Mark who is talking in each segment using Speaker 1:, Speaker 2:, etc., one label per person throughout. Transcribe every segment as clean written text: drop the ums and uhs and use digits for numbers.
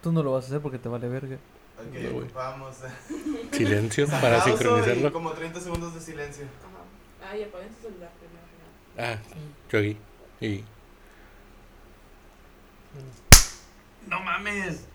Speaker 1: Tú no lo vas a hacer porque te vale verga.
Speaker 2: Ok,
Speaker 3: No, güey.
Speaker 2: vamos.
Speaker 3: Silencio para
Speaker 2: Aplauso y
Speaker 3: sincronizarlo.
Speaker 2: como 30 segundos de silencio.
Speaker 4: Ajá. Ah, y apaguen su celular primero.
Speaker 3: Ah, yo aquí. Y...
Speaker 2: ¡No mames!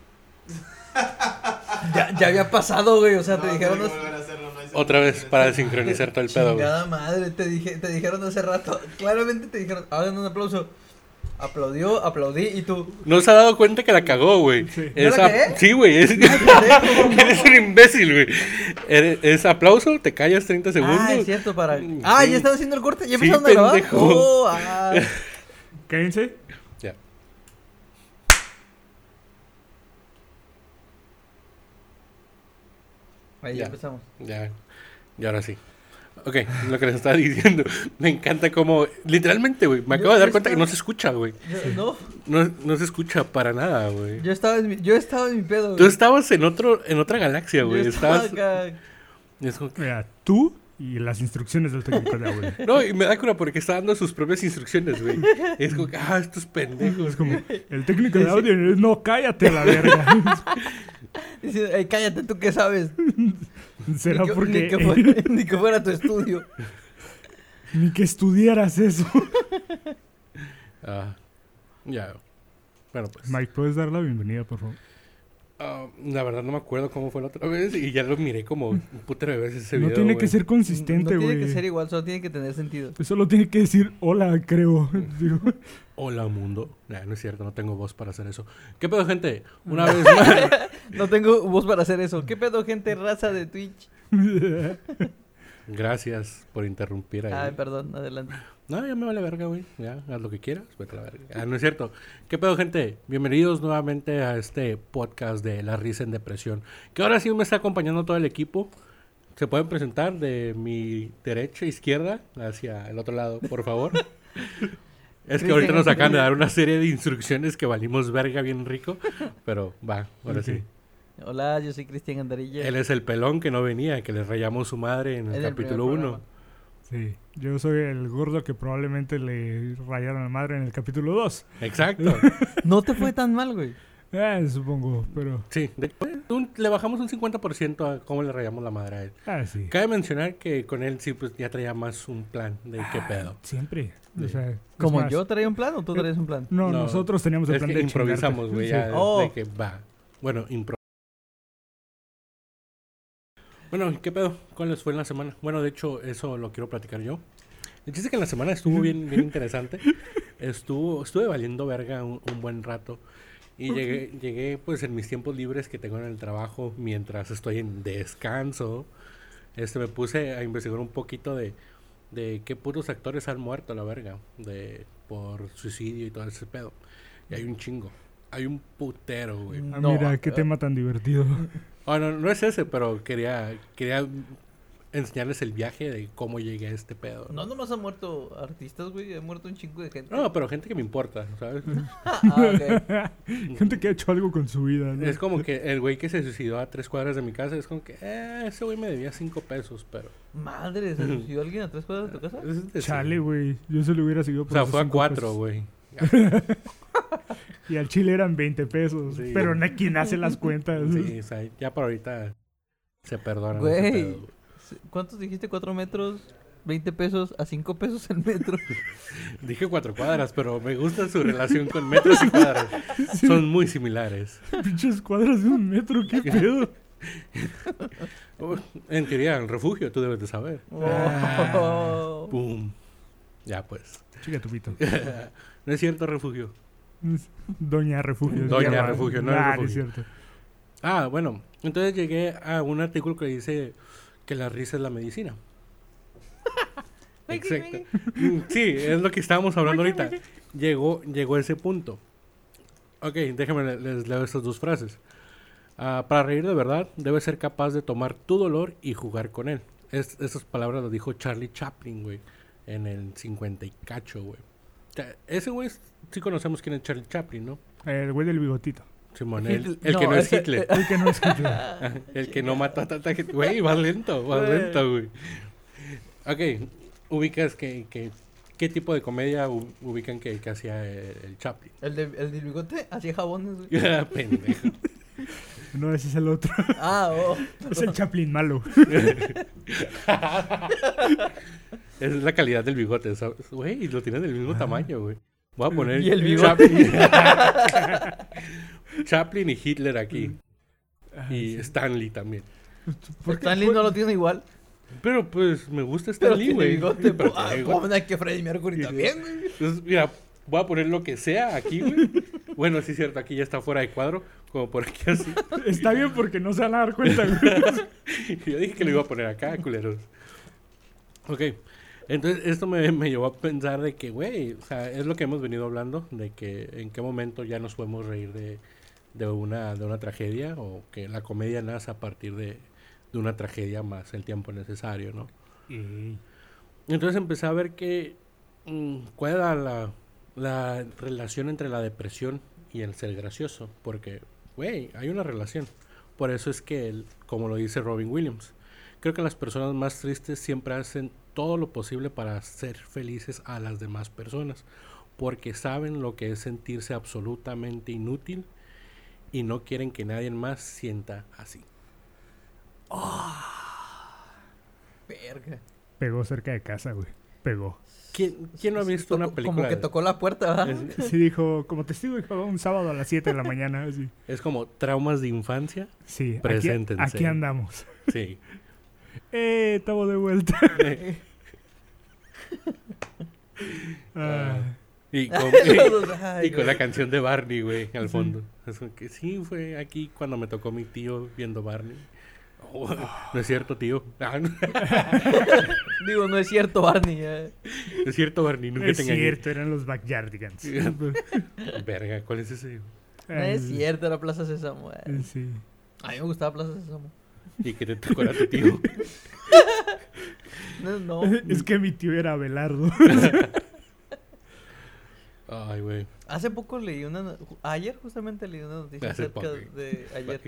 Speaker 1: Ya había pasado, güey. O sea, te
Speaker 2: No,
Speaker 1: dijeron.
Speaker 2: tengo que volver a hacerlo, no hay
Speaker 3: Otra vez
Speaker 2: segundos
Speaker 3: para
Speaker 2: de silencio.
Speaker 3: sincronizar todo el pedo, güey.
Speaker 1: Chingada madre, te dijeron hace rato. Claramente te dijeron, hagan un aplauso. Aplaudí y tú.
Speaker 3: No se ha dado cuenta que la cagó, güey.
Speaker 5: Sí.
Speaker 1: ¿Yo la cagué?
Speaker 3: Sí, güey. Eres un imbécil, güey. Es aplauso, te callas 30 segundos.
Speaker 1: Ah, es cierto, para.
Speaker 3: Sí.
Speaker 1: Ah, ya están haciendo el corte, ya
Speaker 3: Sí,
Speaker 1: empezaron a grabar.
Speaker 3: pendejo.
Speaker 1: Oh, ah.
Speaker 5: Cállense.
Speaker 3: Ya.
Speaker 1: Ahí
Speaker 3: Ya.
Speaker 1: ya empezamos.
Speaker 3: Ya. Y ahora sí. Ok, lo que les estaba diciendo. Me encanta cómo. Literalmente, güey. Me acabo de dar cuenta que no se escucha, güey. No se escucha para nada, güey.
Speaker 1: Yo estaba en mi pedo.
Speaker 3: Tú
Speaker 1: güey.
Speaker 3: estabas en otra galaxia, güey.
Speaker 1: Yo estaba
Speaker 3: Estabas.
Speaker 1: acá.
Speaker 3: Es como que-
Speaker 5: Mira, tú y las instrucciones del técnico de audio.
Speaker 3: No, y me da cura porque está dando sus propias instrucciones, güey. Es como que, estos pendejos.
Speaker 5: Es como, el técnico de audio, no, cállate a la verga.
Speaker 1: Dice, "Ey, cállate, ¿tú qué sabes?
Speaker 5: Será porque
Speaker 1: Ni que fuera tu estudio.
Speaker 5: ni que estudiaras eso.
Speaker 3: Ya. Bueno, pues.
Speaker 5: Mike, ¿puedes dar la bienvenida, por favor?
Speaker 3: La verdad no me acuerdo cómo fue la otra vez y ya lo miré como un putero de veces ese
Speaker 5: No
Speaker 3: video,
Speaker 5: tiene
Speaker 3: güey.
Speaker 5: que ser consistente,
Speaker 1: No
Speaker 5: güey.
Speaker 1: tiene que ser igual, solo tiene que tener sentido.
Speaker 5: Solo tiene que decir hola, creo. Digo,
Speaker 3: Hola, mundo. Nah, no es cierto, no tengo voz para hacer eso. ¿Qué pedo, gente? Una vez más.
Speaker 1: No tengo voz para hacer eso. ¿Qué pedo, gente raza de Twitch?
Speaker 3: Gracias por interrumpir ahí.
Speaker 1: Ay, perdón, adelante.
Speaker 3: No, ya me vale verga, güey. Ya, haz lo que quieras, vete a la verga. No es cierto. ¿Qué pedo, gente? Bienvenidos nuevamente a este podcast de La Risa en Depresión. Que ahora sí me está acompañando todo el equipo. ¿Se pueden presentar de mi derecha, izquierda, hacia el otro lado, por favor? Es que ahorita nos acaban de dar una serie de instrucciones que valimos verga bien rico. Pero va, ahora sí.
Speaker 1: Hola, yo soy Cristian Andarilla.
Speaker 3: Él es el pelón que no venía, que le rayamos su madre en el
Speaker 1: En el
Speaker 3: capítulo
Speaker 1: primer
Speaker 3: 1.
Speaker 1: programa.
Speaker 5: sí, yo soy el gordo que probablemente le rayaron la madre en el capítulo 2.
Speaker 3: Exacto.
Speaker 1: No te fue tan mal, güey.
Speaker 5: Supongo, pero...
Speaker 3: Sí, le bajamos un 50% a cómo le rayamos la madre a él.
Speaker 5: sí.
Speaker 3: Cabe mencionar que con él sí pues ya traía más un plan de qué pedo.
Speaker 5: Siempre. O
Speaker 3: Sí.
Speaker 5: sea, es
Speaker 1: ¿Como
Speaker 5: más,
Speaker 1: yo traía un plan o tú traías un plan?
Speaker 5: No,
Speaker 3: No,
Speaker 5: nosotros teníamos el
Speaker 3: Es
Speaker 5: plan
Speaker 3: que
Speaker 5: de
Speaker 3: improvisamos,
Speaker 5: chingarte.
Speaker 3: güey,
Speaker 5: Sí.
Speaker 3: ya de
Speaker 1: Oh.
Speaker 3: que va. Bueno, Bueno, ¿qué pedo? ¿Cuál les fue en la semana? Bueno, de hecho, eso lo quiero platicar yo. El chiste es que en la semana estuvo bien interesante. Estuve valiendo verga un buen rato. Y llegué pues en mis tiempos libres que tengo en el trabajo mientras estoy en descanso. Me puse a investigar un poquito de qué putos actores han muerto a la verga. Por suicidio y todo ese pedo. Y hay un chingo. Hay un putero, güey.
Speaker 5: Ah,
Speaker 1: No,
Speaker 5: mira, qué tema tan divertido.
Speaker 3: No es ese, pero quería enseñarles el viaje de cómo llegué a este pedo.
Speaker 1: No, nomás han muerto artistas, güey. Han muerto un chingo de gente.
Speaker 3: No, pero gente que me importa, ¿sabes?
Speaker 1: Ok.
Speaker 5: Gente que ha hecho algo con su vida, ¿no?
Speaker 3: Es como que el güey que se suicidó a 3 cuadras de mi casa, es como que, ese güey me debía 5 pesos, pero...
Speaker 1: Madre, ¿se suicidó alguien a 3 cuadras de tu casa?
Speaker 3: es de-
Speaker 5: Chale, güey. Yo se lo hubiera seguido
Speaker 3: O
Speaker 5: por
Speaker 3: sea,
Speaker 5: esos
Speaker 3: fue a
Speaker 5: 5
Speaker 3: 4,
Speaker 5: pesos.
Speaker 3: güey.
Speaker 5: Y al chile eran 20 pesos.
Speaker 3: Sí.
Speaker 5: Pero no hay quien hace las cuentas.
Speaker 3: Sí, o sea, ya por ahorita se perdonan.
Speaker 1: Güey.
Speaker 3: ese pedo, güey.
Speaker 1: ¿Cuántos dijiste? 4 metros, 20 pesos a 5 pesos el metro.
Speaker 3: Dije 4 cuadras, pero me gusta su relación con metros y cuadras. Son muy similares.
Speaker 5: Pinches cuadras de 1 metro, qué pedo.
Speaker 3: En teoría, el refugio, tú debes de saber.
Speaker 1: Oh.
Speaker 3: Pum. Ya pues.
Speaker 5: Chica tu pito.
Speaker 3: No es cierto, refugio.
Speaker 5: Doña Refugio.
Speaker 3: Doña
Speaker 5: Llama.
Speaker 3: Refugio, no
Speaker 5: Nah,
Speaker 3: Refugio.
Speaker 5: es cierto.
Speaker 3: Bueno. Entonces llegué a un artículo que dice que la risa es la medicina. Exacto. Sí, es lo que estábamos hablando ahorita. Llegó a ese punto. Ok, déjenme les leo estas 2 frases. Para reír de verdad, debes ser capaz de tomar tu dolor y jugar con él. Esas palabras las dijo Charlie Chaplin, güey, en el 50 y cacho, güey. O sea, ese güey, sí conocemos quién es Charlie Chaplin, ¿no?
Speaker 5: El güey del bigotito.
Speaker 3: Simón,
Speaker 1: Hitler-
Speaker 3: el que
Speaker 1: no,
Speaker 3: no es
Speaker 1: ese-
Speaker 3: Hitler.
Speaker 5: El que no es Hitler.
Speaker 3: El que no mata a tanta gente. Güey, vas lento, güey. Ok, ubicas ¿qué tipo de comedia ubican que hacía el Chaplin?
Speaker 1: ¿El del bigote? Hacía jabones, güey.
Speaker 3: Pendejo.
Speaker 5: No, ese es el otro.
Speaker 1: Ah, oh.
Speaker 5: Es el Chaplin malo.
Speaker 3: Es la calidad del bigote, ¿sabes? Güey, lo tienen del mismo tamaño, güey. Voy a poner
Speaker 1: Y el bigote.
Speaker 3: Chaplin y Hitler aquí.
Speaker 5: Ay,
Speaker 3: Y
Speaker 5: sí.
Speaker 3: Stanley también.
Speaker 5: ¿Por qué?
Speaker 1: Stanley no lo tiene igual.
Speaker 3: Pero pues me gusta
Speaker 1: Pero
Speaker 3: Stanley,
Speaker 1: tiene
Speaker 3: güey.
Speaker 1: bigote.
Speaker 3: Pero
Speaker 1: Ah,
Speaker 3: tiene bigote.
Speaker 1: pon que Freddie Mercury también, güey.
Speaker 3: Entonces, mira, voy a poner lo que sea aquí, güey. Bueno, sí es cierto, aquí ya está fuera de cuadro. Como por aquí así.
Speaker 5: Está bien porque no se van a dar cuenta, güey.
Speaker 3: Yo dije que lo iba a poner acá, culeros. Ok. Entonces, esto me llevó a pensar de que, güey, o sea, es lo que hemos venido hablando, de que en qué momento ya nos podemos reír de una tragedia, o que la comedia nace a partir de una tragedia más el tiempo necesario, ¿no? Entonces empecé a ver que cuál era la relación entre la depresión y el ser gracioso, porque, güey, hay una relación. Por eso es que, como lo dice Robin Williams, creo que las personas más tristes siempre hacen todo lo posible para hacer felices a las demás personas, porque saben lo que es sentirse absolutamente inútil y no quieren que nadie más sienta así.
Speaker 1: Verga.
Speaker 5: Pegó cerca de casa, güey. Pegó.
Speaker 3: ¿Quién no ha visto una película?
Speaker 1: Como que tocó la puerta, ¿verdad?
Speaker 3: Es,
Speaker 5: Sí, dijo, como testigo, dijo, un sábado a las 7 de la mañana. Así.
Speaker 3: es como traumas de infancia.
Speaker 5: Sí,
Speaker 3: Preséntense.
Speaker 5: aquí andamos.
Speaker 3: Sí.
Speaker 5: Estamos de vuelta. Ah,
Speaker 3: Y con,
Speaker 1: Ay,
Speaker 3: y con
Speaker 1: güey.
Speaker 3: la canción de Barney, güey, al fondo. Es como que sí, fue aquí cuando me tocó mi tío viendo Barney. Oh, no es cierto, tío. Ah, no.
Speaker 1: Digo, no es cierto, Barney.
Speaker 3: Es cierto, Barney, nunca
Speaker 5: es
Speaker 3: te engañé.
Speaker 5: cierto, eran los Backyardigans.
Speaker 3: Verga, ¿cuál es ese?
Speaker 1: No es cierto, era Plaza Sésamo.
Speaker 5: Sí.
Speaker 1: A mí me gustaba Plaza Sésamo.
Speaker 3: Y que te tocó a tu tío.
Speaker 1: No.
Speaker 5: Es que mi tío era Abelardo.
Speaker 3: Ay, güey.
Speaker 1: Hace poco leí ayer justamente leí una noticia
Speaker 3: Hace
Speaker 1: acerca
Speaker 3: poco.
Speaker 1: de ayer.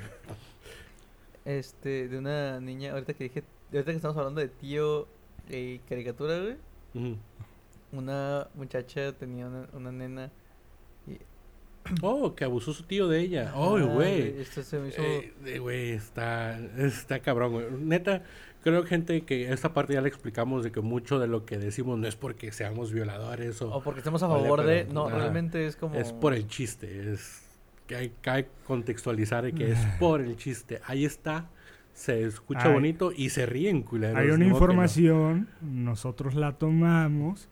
Speaker 1: De una niña, ahorita que estamos hablando de tío y caricatura, güey.
Speaker 3: Ujú.
Speaker 1: Una muchacha tenía una nena.
Speaker 3: Oh, que abusó su tío de ella. Oh,
Speaker 1: Ah,
Speaker 3: güey.
Speaker 1: Esto se me hizo.
Speaker 3: Güey, está cabrón, güey. Neta, creo, gente, que esta parte ya le explicamos de que mucho de lo que decimos no es porque seamos violadores o...
Speaker 1: O porque estamos a
Speaker 3: Vale,
Speaker 1: favor de.
Speaker 3: pero,
Speaker 1: No,
Speaker 3: ajá.
Speaker 1: realmente es como.
Speaker 3: Es por el chiste, es que hay que contextualizar de que es por el chiste. Ahí está, se escucha
Speaker 5: Hay-
Speaker 3: bonito y se ríen, culeros.
Speaker 5: Hay una
Speaker 3: ni modo que no.
Speaker 5: información, nosotros la tomamos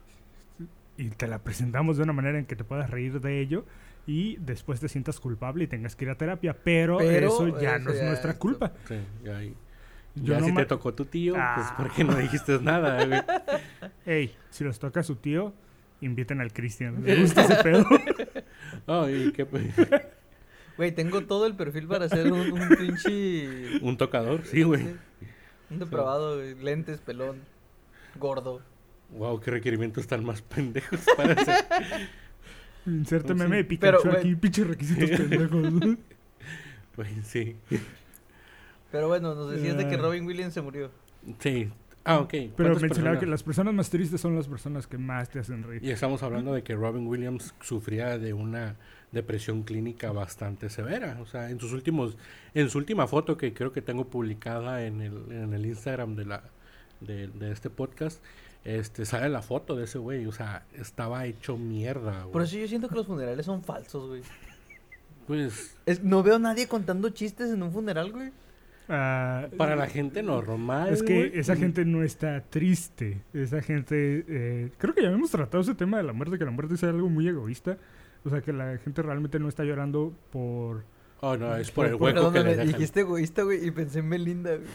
Speaker 5: y te la presentamos de una manera en que te puedas reír de ello y después te sientas culpable y tengas que ir a terapia, pero eso ya no es nuestra culpa.
Speaker 3: Sí, ya, ahí.
Speaker 5: Yo
Speaker 3: Ya
Speaker 5: no
Speaker 3: si
Speaker 5: ma-
Speaker 3: te tocó tu tío, pues
Speaker 5: Ah.
Speaker 3: ¿por qué no dijiste nada, güey?
Speaker 5: Ey, si los toca a su tío, inviten al Cristian. Me gusta ese pedo.
Speaker 3: Ay, qué
Speaker 1: Güey, tengo todo el perfil para hacer un pinche.
Speaker 3: un tocador, sí, güey.
Speaker 1: Un depravado, güey. Lentes, pelón, gordo.
Speaker 3: Wow, qué requerimientos tan más pendejos para hacer.
Speaker 5: Inserte
Speaker 3: Sí.
Speaker 5: meme de
Speaker 1: Pero,
Speaker 5: Pikachu
Speaker 1: güey.
Speaker 5: aquí, pinches requisitos pendejos.
Speaker 3: Güey, sí.
Speaker 1: Pero bueno, nos decías de que
Speaker 5: Ah.
Speaker 1: Robin Williams se murió.
Speaker 3: Sí. Ah, ok.
Speaker 5: Pero
Speaker 3: ¿Cuántas
Speaker 5: mencionaba que
Speaker 3: personas?
Speaker 5: las personas más tristes son las personas que más te hacen reír.
Speaker 3: Y estamos hablando de que Robin Williams sufría de una depresión clínica bastante severa. O sea, en su última foto, que creo que tengo publicada en el Instagram de este podcast, sale la foto de ese güey. O sea, estaba hecho mierda, güey.
Speaker 1: Por eso yo siento que los funerales son falsos, güey.
Speaker 3: Pues,
Speaker 1: No veo a nadie contando chistes en un funeral, güey.
Speaker 5: Ah,
Speaker 3: para la gente normal,
Speaker 5: es que
Speaker 3: güey.
Speaker 5: esa gente no está triste. Esa gente... creo que ya habíamos tratado ese tema de la muerte, que la muerte es algo muy egoísta. O sea, que la gente realmente no está llorando por...
Speaker 3: Oh, no, es por el hueco
Speaker 1: Perdón,
Speaker 3: que
Speaker 1: me
Speaker 3: le dejan.
Speaker 1: dijiste egoísta, güey, y pensé en Belinda, güey.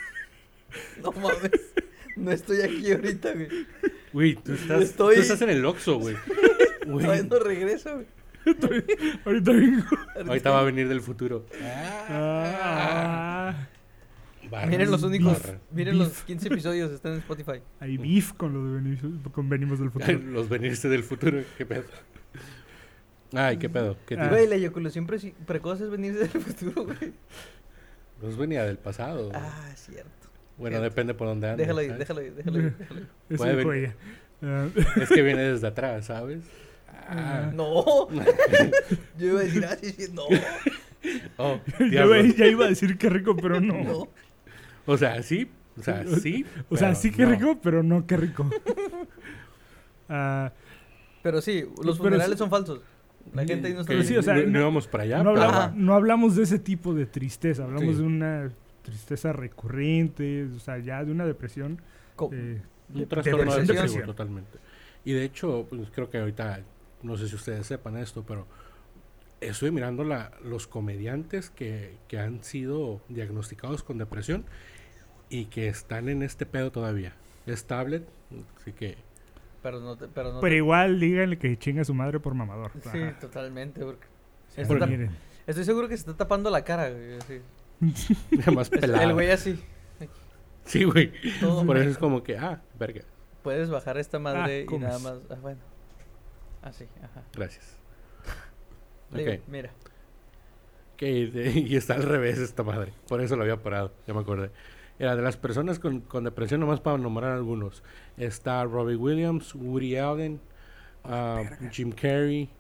Speaker 1: No mames. No estoy aquí ahorita, güey.
Speaker 3: Güey, tú
Speaker 1: Estoy-
Speaker 3: estás en el Oxxo, güey. Güey,
Speaker 1: Todavía no regreso, güey.
Speaker 5: Ahorita vengo.
Speaker 3: ahorita va a venir del futuro.
Speaker 5: Ah,
Speaker 3: Barras,
Speaker 1: Miren los únicos,
Speaker 3: barras.
Speaker 1: miren los 15 episodios, están en Spotify.
Speaker 5: hay beef con lo de con Venimos del futuro.
Speaker 3: Los venirse del futuro, qué pedo. Ay, qué pedo. ¿Qué
Speaker 5: Ah.
Speaker 1: Güey, la eyaculación precoz es venirse del futuro, güey.
Speaker 3: Nos venía del pasado.
Speaker 1: Ah, cierto.
Speaker 3: Bueno,
Speaker 1: cierto.
Speaker 3: depende por dónde andes.
Speaker 1: Déjalo ir,
Speaker 3: ¿sabes?
Speaker 1: déjalo ir, déjalo ir.
Speaker 5: Eso
Speaker 3: Puede
Speaker 5: dijo
Speaker 3: venir.
Speaker 5: ella. Ah,
Speaker 3: Es que viene desde atrás, ¿sabes? Ah.
Speaker 1: No. Yo iba a decir, sí, no.
Speaker 3: Oh,
Speaker 5: Ya,
Speaker 3: diablos.
Speaker 5: ya iba a decir qué rico, pero no.
Speaker 1: No.
Speaker 3: O sea, sí. O sea, sí.
Speaker 5: O sea,
Speaker 3: pero
Speaker 5: sí que
Speaker 3: no.
Speaker 5: rico, pero no qué rico. Ah,
Speaker 1: Pero sí, los
Speaker 5: Pero
Speaker 1: funerales
Speaker 5: sí-
Speaker 1: son falsos. La gente ahí no está
Speaker 3: Que
Speaker 5: Pero sí, o sea,
Speaker 3: no íbamos para allá.
Speaker 5: no,
Speaker 3: pero-
Speaker 5: hablamos, no hablamos de ese tipo de tristeza, hablamos
Speaker 3: Sí.
Speaker 5: de una tristeza recurrente, o sea, ya de una depresión.
Speaker 1: Co-
Speaker 3: Un trastorno
Speaker 1: depresión.
Speaker 3: depresivo totalmente. Y de hecho, pues, creo que ahorita, no sé si ustedes sepan esto, pero estuve mirando los comediantes que han sido diagnosticados con depresión y que están en este pedo todavía. Es tablet, así que...
Speaker 1: Pero no te, pero no
Speaker 5: Pero
Speaker 1: te-
Speaker 5: igual díganle que chinga a su madre por mamador.
Speaker 1: Sí,
Speaker 5: Ajá.
Speaker 1: totalmente. Porque
Speaker 5: Sí,
Speaker 1: está tap-
Speaker 5: miren.
Speaker 1: estoy seguro que se está tapando la cara, güey. Así.
Speaker 3: más pelado.
Speaker 1: El güey así.
Speaker 3: Sí, güey.
Speaker 1: Todo
Speaker 3: Por eso
Speaker 1: mal.
Speaker 3: es como que, verga.
Speaker 1: Puedes bajar esta madre y
Speaker 5: comes.
Speaker 1: nada más. Ah, bueno. Así, ajá.
Speaker 3: Gracias.
Speaker 1: Digo,
Speaker 3: Ok.
Speaker 1: mira.
Speaker 3: Y está al revés esta madre. Por eso lo había parado, ya me acordé. Era de las personas con depresión, nomás para nombrar algunos. Está Robbie Williams, Woody Allen, Jim Carrey,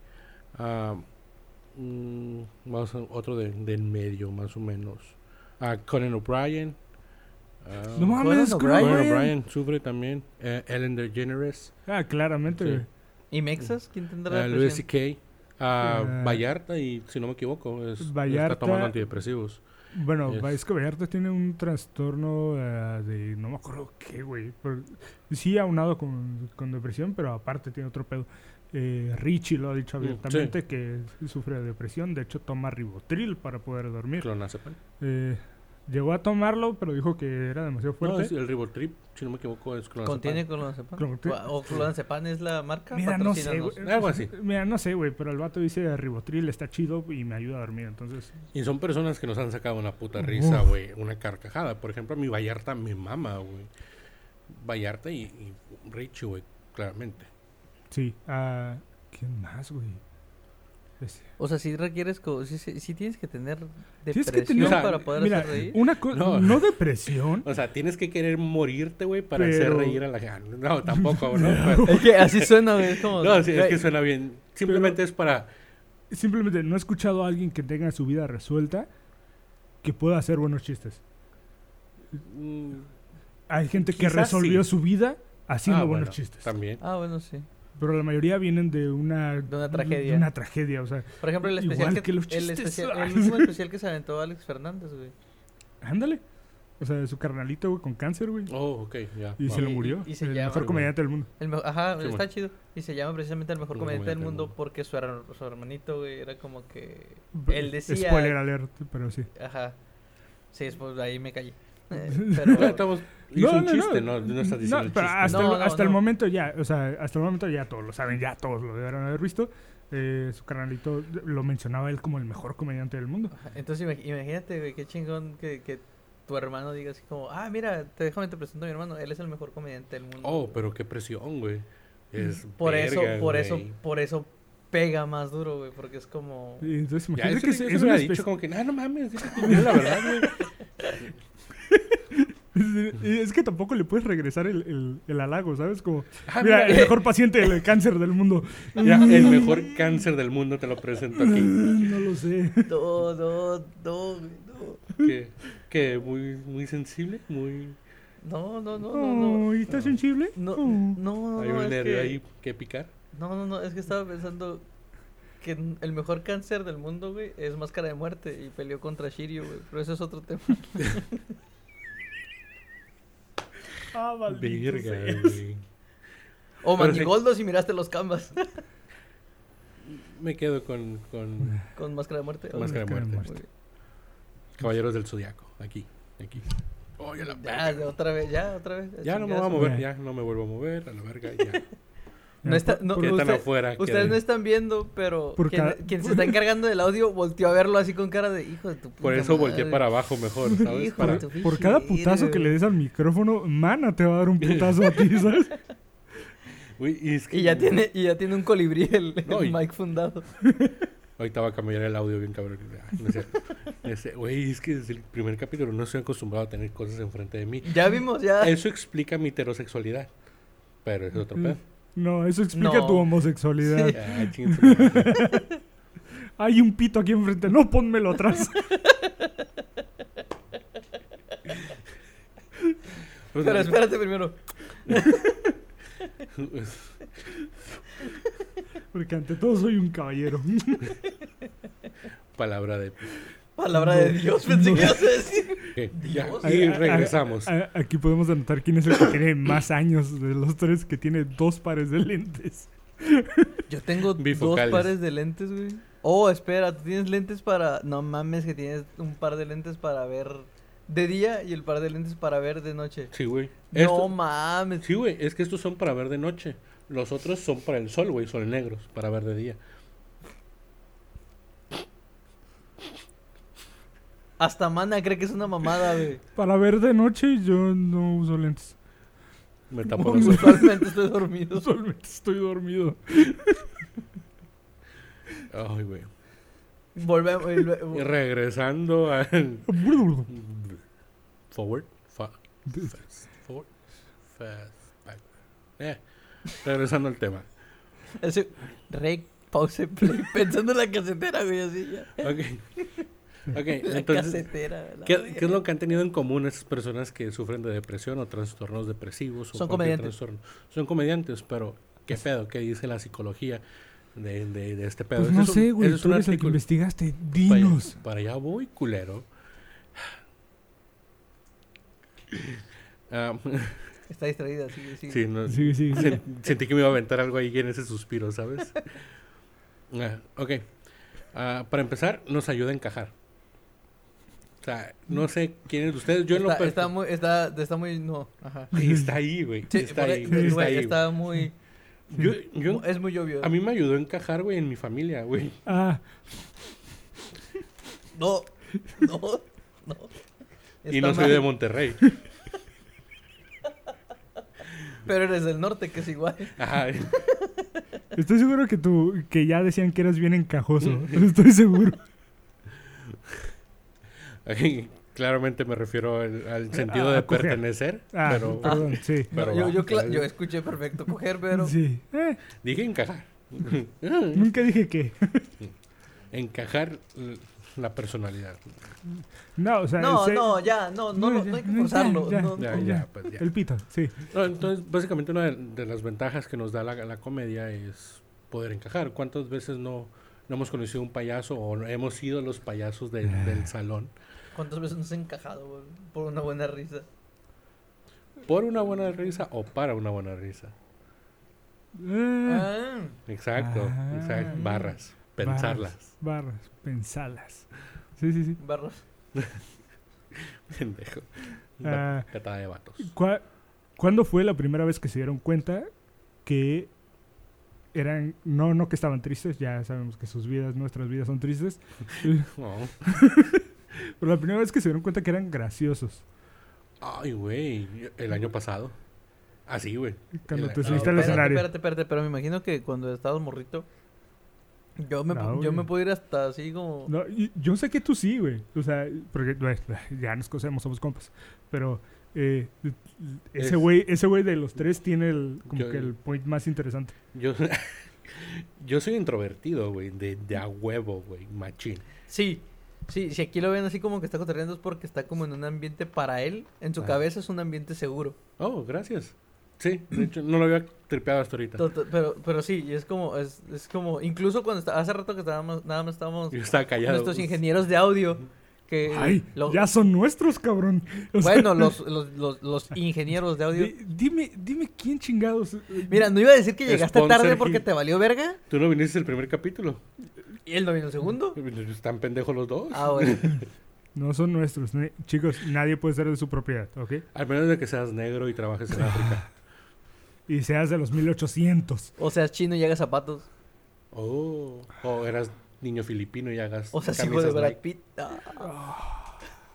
Speaker 3: otro de en medio, más o menos. Conan O'Brien.
Speaker 5: No mames,
Speaker 1: Conan
Speaker 3: Conan
Speaker 5: O'Brien.
Speaker 3: O'Brien sufre también. Ellen DeGeneres.
Speaker 5: Ah, claramente.
Speaker 3: Sí.
Speaker 5: güey.
Speaker 1: ¿Y Mexas? ¿Quién tendrá
Speaker 3: Louis
Speaker 1: depresión?
Speaker 3: C.K. Vallarta, y si no me equivoco,
Speaker 5: Vallarta.
Speaker 3: está tomando antidepresivos.
Speaker 5: Bueno,
Speaker 3: Yes.
Speaker 5: es que Vallarta tiene un trastorno de... No me acuerdo qué, güey. pero sí aunado con depresión, pero aparte tiene otro pedo. Richie lo ha dicho abiertamente que sufre de depresión. De hecho, toma Ribotril para poder dormir.
Speaker 3: Clonazepam.
Speaker 5: Llegó a tomarlo, pero dijo que era demasiado
Speaker 3: No,
Speaker 5: fuerte.
Speaker 3: es el Ribotrip, si no me equivoco, es clonazepam.
Speaker 1: ¿Contiene clonazepam?
Speaker 5: Clonazepam.
Speaker 1: ¿O clonazepam es la marca?
Speaker 5: Mira, no sé,
Speaker 1: Patrocínanos.
Speaker 5: güey.
Speaker 3: Algo así.
Speaker 5: Mira, no sé, güey, pero el vato dice Ribotril está chido y me ayuda a dormir, entonces...
Speaker 3: Y son personas que nos han sacado una puta risa, güey. Una carcajada. Por ejemplo, a mi Vallarta me mama, güey. Vallarta y Richie, güey, claramente.
Speaker 5: Sí. ¿Quién más, güey?
Speaker 1: O sea, si requieres, si tienes que tener
Speaker 5: Tienes
Speaker 1: depresión
Speaker 5: que tener-
Speaker 1: para poder
Speaker 5: Mira,
Speaker 1: hacer reír.
Speaker 5: una cosa...
Speaker 3: No.
Speaker 5: No. depresión.
Speaker 3: O sea, tienes que querer morirte, güey, para
Speaker 5: Pero-
Speaker 3: hacer reír a la gente. No, tampoco, ¿no? Pero-
Speaker 1: Es que así suena, güey. Es como.
Speaker 3: no, sí, es
Speaker 1: güey,
Speaker 3: que suena bien. Simplemente es para...
Speaker 5: Simplemente no he escuchado a alguien que tenga su vida resuelta que pueda hacer buenos chistes.
Speaker 3: mm,
Speaker 5: Hay gente que
Speaker 3: Quizás
Speaker 5: resolvió
Speaker 3: sí.
Speaker 5: su vida haciendo buenos
Speaker 3: bueno,
Speaker 5: chistes.
Speaker 3: También.
Speaker 1: Ah, bueno, sí.
Speaker 5: Pero la mayoría vienen de una
Speaker 1: tragedia.
Speaker 5: De una tragedia, o sea,
Speaker 1: Por ejemplo, el
Speaker 5: Igual
Speaker 1: especial
Speaker 5: que los
Speaker 1: el,
Speaker 5: chistes.
Speaker 1: el último especial que se aventó Alex Fernández, güey.
Speaker 5: ándale. O sea, su carnalito, güey, con cáncer, güey.
Speaker 3: Oh, ok, ya.
Speaker 5: Y
Speaker 3: va.
Speaker 5: se le murió.
Speaker 1: y se
Speaker 5: el
Speaker 1: llama-
Speaker 5: mejor comediante del mundo.
Speaker 1: Ajá,
Speaker 3: Sí,
Speaker 1: está
Speaker 3: bueno.
Speaker 1: chido. Y se llama precisamente el mejor
Speaker 3: Mejor
Speaker 1: comediante del
Speaker 3: comediante del
Speaker 1: mundo
Speaker 3: mundo.
Speaker 1: porque su hermanito, güey, era como que. Él decía.
Speaker 5: Spoiler alert, pero sí.
Speaker 1: Ajá. Sí, después ahí me callé.
Speaker 3: No,
Speaker 1: Pero.
Speaker 3: estamos... Hizo un chiste, no estás diciendo el
Speaker 5: pero
Speaker 3: chiste.
Speaker 5: hasta,
Speaker 1: No,
Speaker 5: el,
Speaker 1: no,
Speaker 5: hasta el
Speaker 1: no.
Speaker 5: momento ya, o sea, hasta el momento ya todos lo saben, ya todos lo deberán haber visto. Su carnalito lo mencionaba él como el mejor comediante del mundo.
Speaker 1: Ajá, entonces imagínate, güey, qué chingón que tu hermano diga así como, mira, déjame te presento a mi hermano, él es el mejor comediante del mundo.
Speaker 3: Oh, pero qué presión, güey. Es
Speaker 1: por
Speaker 3: verga,
Speaker 1: por eso pega más duro, güey, porque es como.
Speaker 5: Y entonces
Speaker 3: Ya,
Speaker 5: imagínate
Speaker 3: eso,
Speaker 5: que
Speaker 3: eso
Speaker 5: es
Speaker 3: me
Speaker 5: una
Speaker 3: ha
Speaker 5: especie-
Speaker 3: dicho como que, no mames, dile la verdad, güey.
Speaker 5: Es que tampoco le puedes regresar el halago, ¿sabes? Como,
Speaker 3: Ah,
Speaker 5: mira,
Speaker 3: mira,
Speaker 5: el mejor paciente del cáncer del mundo.
Speaker 3: Ya, el mejor cáncer del mundo te lo presento aquí.
Speaker 5: No lo sé.
Speaker 1: No, güey,
Speaker 3: Que muy, muy sensible, muy...
Speaker 5: Oh, ¿y estás sensible?
Speaker 1: No,
Speaker 5: Oh.
Speaker 1: no,
Speaker 3: Hay
Speaker 1: no,
Speaker 3: un
Speaker 1: es
Speaker 3: nervio
Speaker 1: que,
Speaker 3: ahí que picar.
Speaker 1: no, es que estaba pensando que el mejor cáncer del mundo, güey, es Máscara de Muerte y peleó contra Shiryu, güey, pero eso es otro tema.
Speaker 5: Maldito
Speaker 3: Verga,
Speaker 5: sea.
Speaker 3: güey.
Speaker 1: O
Speaker 3: Pero
Speaker 1: Manigoldo si miraste los canvas
Speaker 3: Me quedo con
Speaker 1: con Máscara de Muerte.
Speaker 3: Con Máscara de Muerte.
Speaker 1: Muy bien.
Speaker 3: Caballeros del Zodiaco. Aquí. Oye, la verga.
Speaker 1: Ya, otra vez.
Speaker 3: Ya no me voy a
Speaker 1: chingazo.
Speaker 3: mover,
Speaker 5: Ya.
Speaker 3: ya no me vuelvo a mover, a la verga, ya.
Speaker 1: No está, no,
Speaker 3: ¿Qué tan
Speaker 1: usted-
Speaker 3: afuera?
Speaker 1: ustedes no están viendo, pero
Speaker 5: Por
Speaker 1: quien,
Speaker 5: cada-
Speaker 1: quien se está encargando del audio volteó a verlo así con cara de hijo de tu puta
Speaker 3: Por eso volteé
Speaker 1: madre".
Speaker 3: para abajo mejor, ¿sabes?
Speaker 1: Hijo
Speaker 3: Para...
Speaker 1: de tu
Speaker 5: Por cada
Speaker 1: pinche
Speaker 5: putazo
Speaker 1: madre,
Speaker 5: que le
Speaker 1: güey.
Speaker 5: des al micrófono, Mana te va a dar un putazo a ti, ¿sabes?
Speaker 3: Uy, y es que...
Speaker 1: Y ya tiene un colibrí el
Speaker 3: No, y-
Speaker 1: mic fundado.
Speaker 3: Ahorita va a cambiar el audio bien cabrón. No es cierto. Güey, es que desde el primer capítulo no estoy acostumbrado a tener cosas enfrente de mí.
Speaker 1: Ya vimos, ya.
Speaker 3: Eso explica mi heterosexualidad. Pero es otro pedo.
Speaker 5: No, eso explica
Speaker 1: No.
Speaker 5: tu homosexualidad.
Speaker 1: Sí.
Speaker 3: Ay, chingue su madre.
Speaker 5: Hay un pito aquí enfrente. No, pónmelo atrás.
Speaker 1: Pero espérate primero.
Speaker 5: Porque ante todo soy un caballero.
Speaker 3: Palabra de...
Speaker 1: Palabra de Dios, pensé que ibas a decir.
Speaker 3: Ok, ya,
Speaker 1: Dios.
Speaker 3: y regresamos.
Speaker 5: Aquí podemos anotar quién es el que tiene más años de los tres, que tiene 2 pares de lentes.
Speaker 1: Yo tengo 2
Speaker 3: Bifocales.
Speaker 1: pares de lentes, güey. Oh, espera, tú tienes lentes para... No mames, que tienes un par de lentes para ver de día y el par de lentes para ver de noche.
Speaker 3: Sí, güey.
Speaker 1: No mames.
Speaker 3: Sí, güey, es que estos son para ver de noche. Los otros son para el sol, güey, son negros, para ver de día.
Speaker 1: Hasta Mana cree que es una mamada, güey.
Speaker 5: Para ver de noche yo no uso lentes.
Speaker 3: Me tapo los ojos.
Speaker 1: Usualmente estoy dormido.
Speaker 5: Usualmente estoy dormido.
Speaker 3: Ay, güey.
Speaker 1: Volvemos.
Speaker 3: Y regresando al... Forward. Forward. Fast. Back. Regresando al tema.
Speaker 1: Ese... Rec, pause, play. Pensando en la casetera, güey, así ya.
Speaker 3: Ok. Ok,
Speaker 1: La
Speaker 3: entonces...
Speaker 1: casetera. la
Speaker 3: ¿Qué
Speaker 1: verga.
Speaker 3: es lo que han tenido en común esas personas que sufren de depresión o trastornos depresivos? O
Speaker 1: Son
Speaker 3: cualquier
Speaker 1: comediantes.
Speaker 3: trastorno? Son comediantes, pero ¿qué pedo? ¿Qué dice la psicología de este pedo?
Speaker 5: Pues
Speaker 3: Ese
Speaker 5: no
Speaker 3: es un-
Speaker 5: sé, güey.
Speaker 3: ese es
Speaker 5: Tú
Speaker 3: un
Speaker 5: eres el que
Speaker 3: artículo.
Speaker 5: investigaste.
Speaker 3: Para,
Speaker 5: Dinos.
Speaker 3: para allá voy, culero. Ah,
Speaker 1: Está distraída, sí, sí.
Speaker 3: sí, no,
Speaker 5: Sí, sí.
Speaker 3: sentí que me iba a aventar algo ahí en ese suspiro, ¿sabes? Ok. Para empezar, nos ayuda a encajar. O sea, no sé quiénes de ustedes. Yo en lo
Speaker 1: Está
Speaker 3: perso-
Speaker 1: está muy... No, ajá.
Speaker 3: Sí, está ahí, güey.
Speaker 1: Sí,
Speaker 3: está
Speaker 1: por
Speaker 3: ahí.
Speaker 1: ahí,
Speaker 3: Está
Speaker 1: güey,
Speaker 3: ahí.
Speaker 1: está muy...
Speaker 3: Yo,
Speaker 1: Es muy obvio.
Speaker 3: a mí me ayudó a encajar, güey, en mi familia, güey.
Speaker 5: Ah,
Speaker 1: No, no, no.
Speaker 3: Y
Speaker 1: Está
Speaker 3: no soy
Speaker 1: mal.
Speaker 3: de Monterrey.
Speaker 1: Pero eres del norte, que es igual.
Speaker 3: Ajá.
Speaker 5: estoy seguro que ya decían que eras bien encajoso. Estoy seguro.
Speaker 3: Claramente me refiero al sentido
Speaker 5: A
Speaker 3: de
Speaker 5: coger.
Speaker 3: pertenecer.
Speaker 5: Ah,
Speaker 3: pero
Speaker 5: perdón, sí.
Speaker 3: pero
Speaker 1: No,
Speaker 3: va.
Speaker 1: yo escuché perfecto coger, pero...
Speaker 5: Sí.
Speaker 3: Dije encajar.
Speaker 5: Nunca dije que.
Speaker 3: Encajar la personalidad.
Speaker 5: No, o sea.
Speaker 1: No,
Speaker 5: sé-
Speaker 1: no, ya, no hay que forzarlo.
Speaker 5: ya.
Speaker 1: No,
Speaker 3: Ya,
Speaker 1: no.
Speaker 3: ya, pues ya.
Speaker 5: El pito, sí.
Speaker 3: No, entonces, básicamente una de las ventajas que nos da la comedia es poder encajar. ¿Cuántas veces no hemos conocido un payaso o hemos sido los payasos del salón?
Speaker 1: ¿Cuántas veces nos he encajado, güey? Por una buena risa.
Speaker 3: ¿Por una buena risa o para una buena risa?
Speaker 1: Ah,
Speaker 3: Exacto,
Speaker 5: Ah.
Speaker 3: exacto. Barras, pensarlas.
Speaker 5: Barras, pensarlas. Sí, sí, sí.
Speaker 1: barros.
Speaker 3: Pendejo.
Speaker 5: Ah.
Speaker 3: Catada de vatos.
Speaker 5: ¿Cuándo fue la primera vez que se dieron cuenta que eran, no que estaban tristes, ya sabemos que nuestras vidas son tristes,
Speaker 3: No.
Speaker 5: pero la primera vez que se dieron cuenta que eran graciosos?
Speaker 3: Ay, güey. El año pasado. Así, güey.
Speaker 5: Cuando
Speaker 3: El-
Speaker 5: te
Speaker 3: no,
Speaker 5: subiste al escenario.
Speaker 1: Espérate, pero me imagino que cuando estabas morrito, yo me
Speaker 5: No,
Speaker 1: yo
Speaker 5: güey.
Speaker 1: me puedo ir hasta así como...
Speaker 5: No, yo sé que tú sí, güey. O sea, porque bueno, ya nos conocemos, somos compas. Pero ese
Speaker 3: Es-
Speaker 5: güey de los tres tiene como
Speaker 3: Yo-
Speaker 5: que el point más interesante.
Speaker 3: Yo soy introvertido, güey. De a huevo, güey. Machín.
Speaker 1: Sí, si aquí lo ven así como que está cotorreando es porque está como en un ambiente para él. En su
Speaker 3: Ah.
Speaker 1: cabeza es un ambiente seguro.
Speaker 3: Oh, gracias. Sí, de hecho, no lo había tripeado hasta ahorita.
Speaker 1: Pero sí, y es como, incluso cuando hace rato que nada más estábamos
Speaker 3: Yo estaba callado.
Speaker 1: nuestros ingenieros de audio, que
Speaker 5: Ay, ya son nuestros, cabrón. O sea,
Speaker 1: bueno, los ingenieros de audio.
Speaker 5: Dime quién chingados.
Speaker 1: Mira, no iba a decir que llegaste
Speaker 3: Sponsor
Speaker 1: tarde
Speaker 3: hit.
Speaker 1: porque te valió verga,
Speaker 3: ¿Tú no viniste el primer capítulo?
Speaker 1: y él no vino el segundo.
Speaker 3: ¿Están pendejos los dos?
Speaker 1: Ah, bueno.
Speaker 5: No son nuestros. Chicos, nadie puede ser de su propiedad, ¿ok?
Speaker 3: Al menos de que seas negro y trabajes en África.
Speaker 5: Y seas de los 1800.
Speaker 1: O sea, chino y haga zapatos.
Speaker 3: Oh, o eras niño filipino y hagas
Speaker 1: O sea, hijo de
Speaker 3: camisas
Speaker 1: Brad
Speaker 3: Nike.
Speaker 1: Pitt. Ah.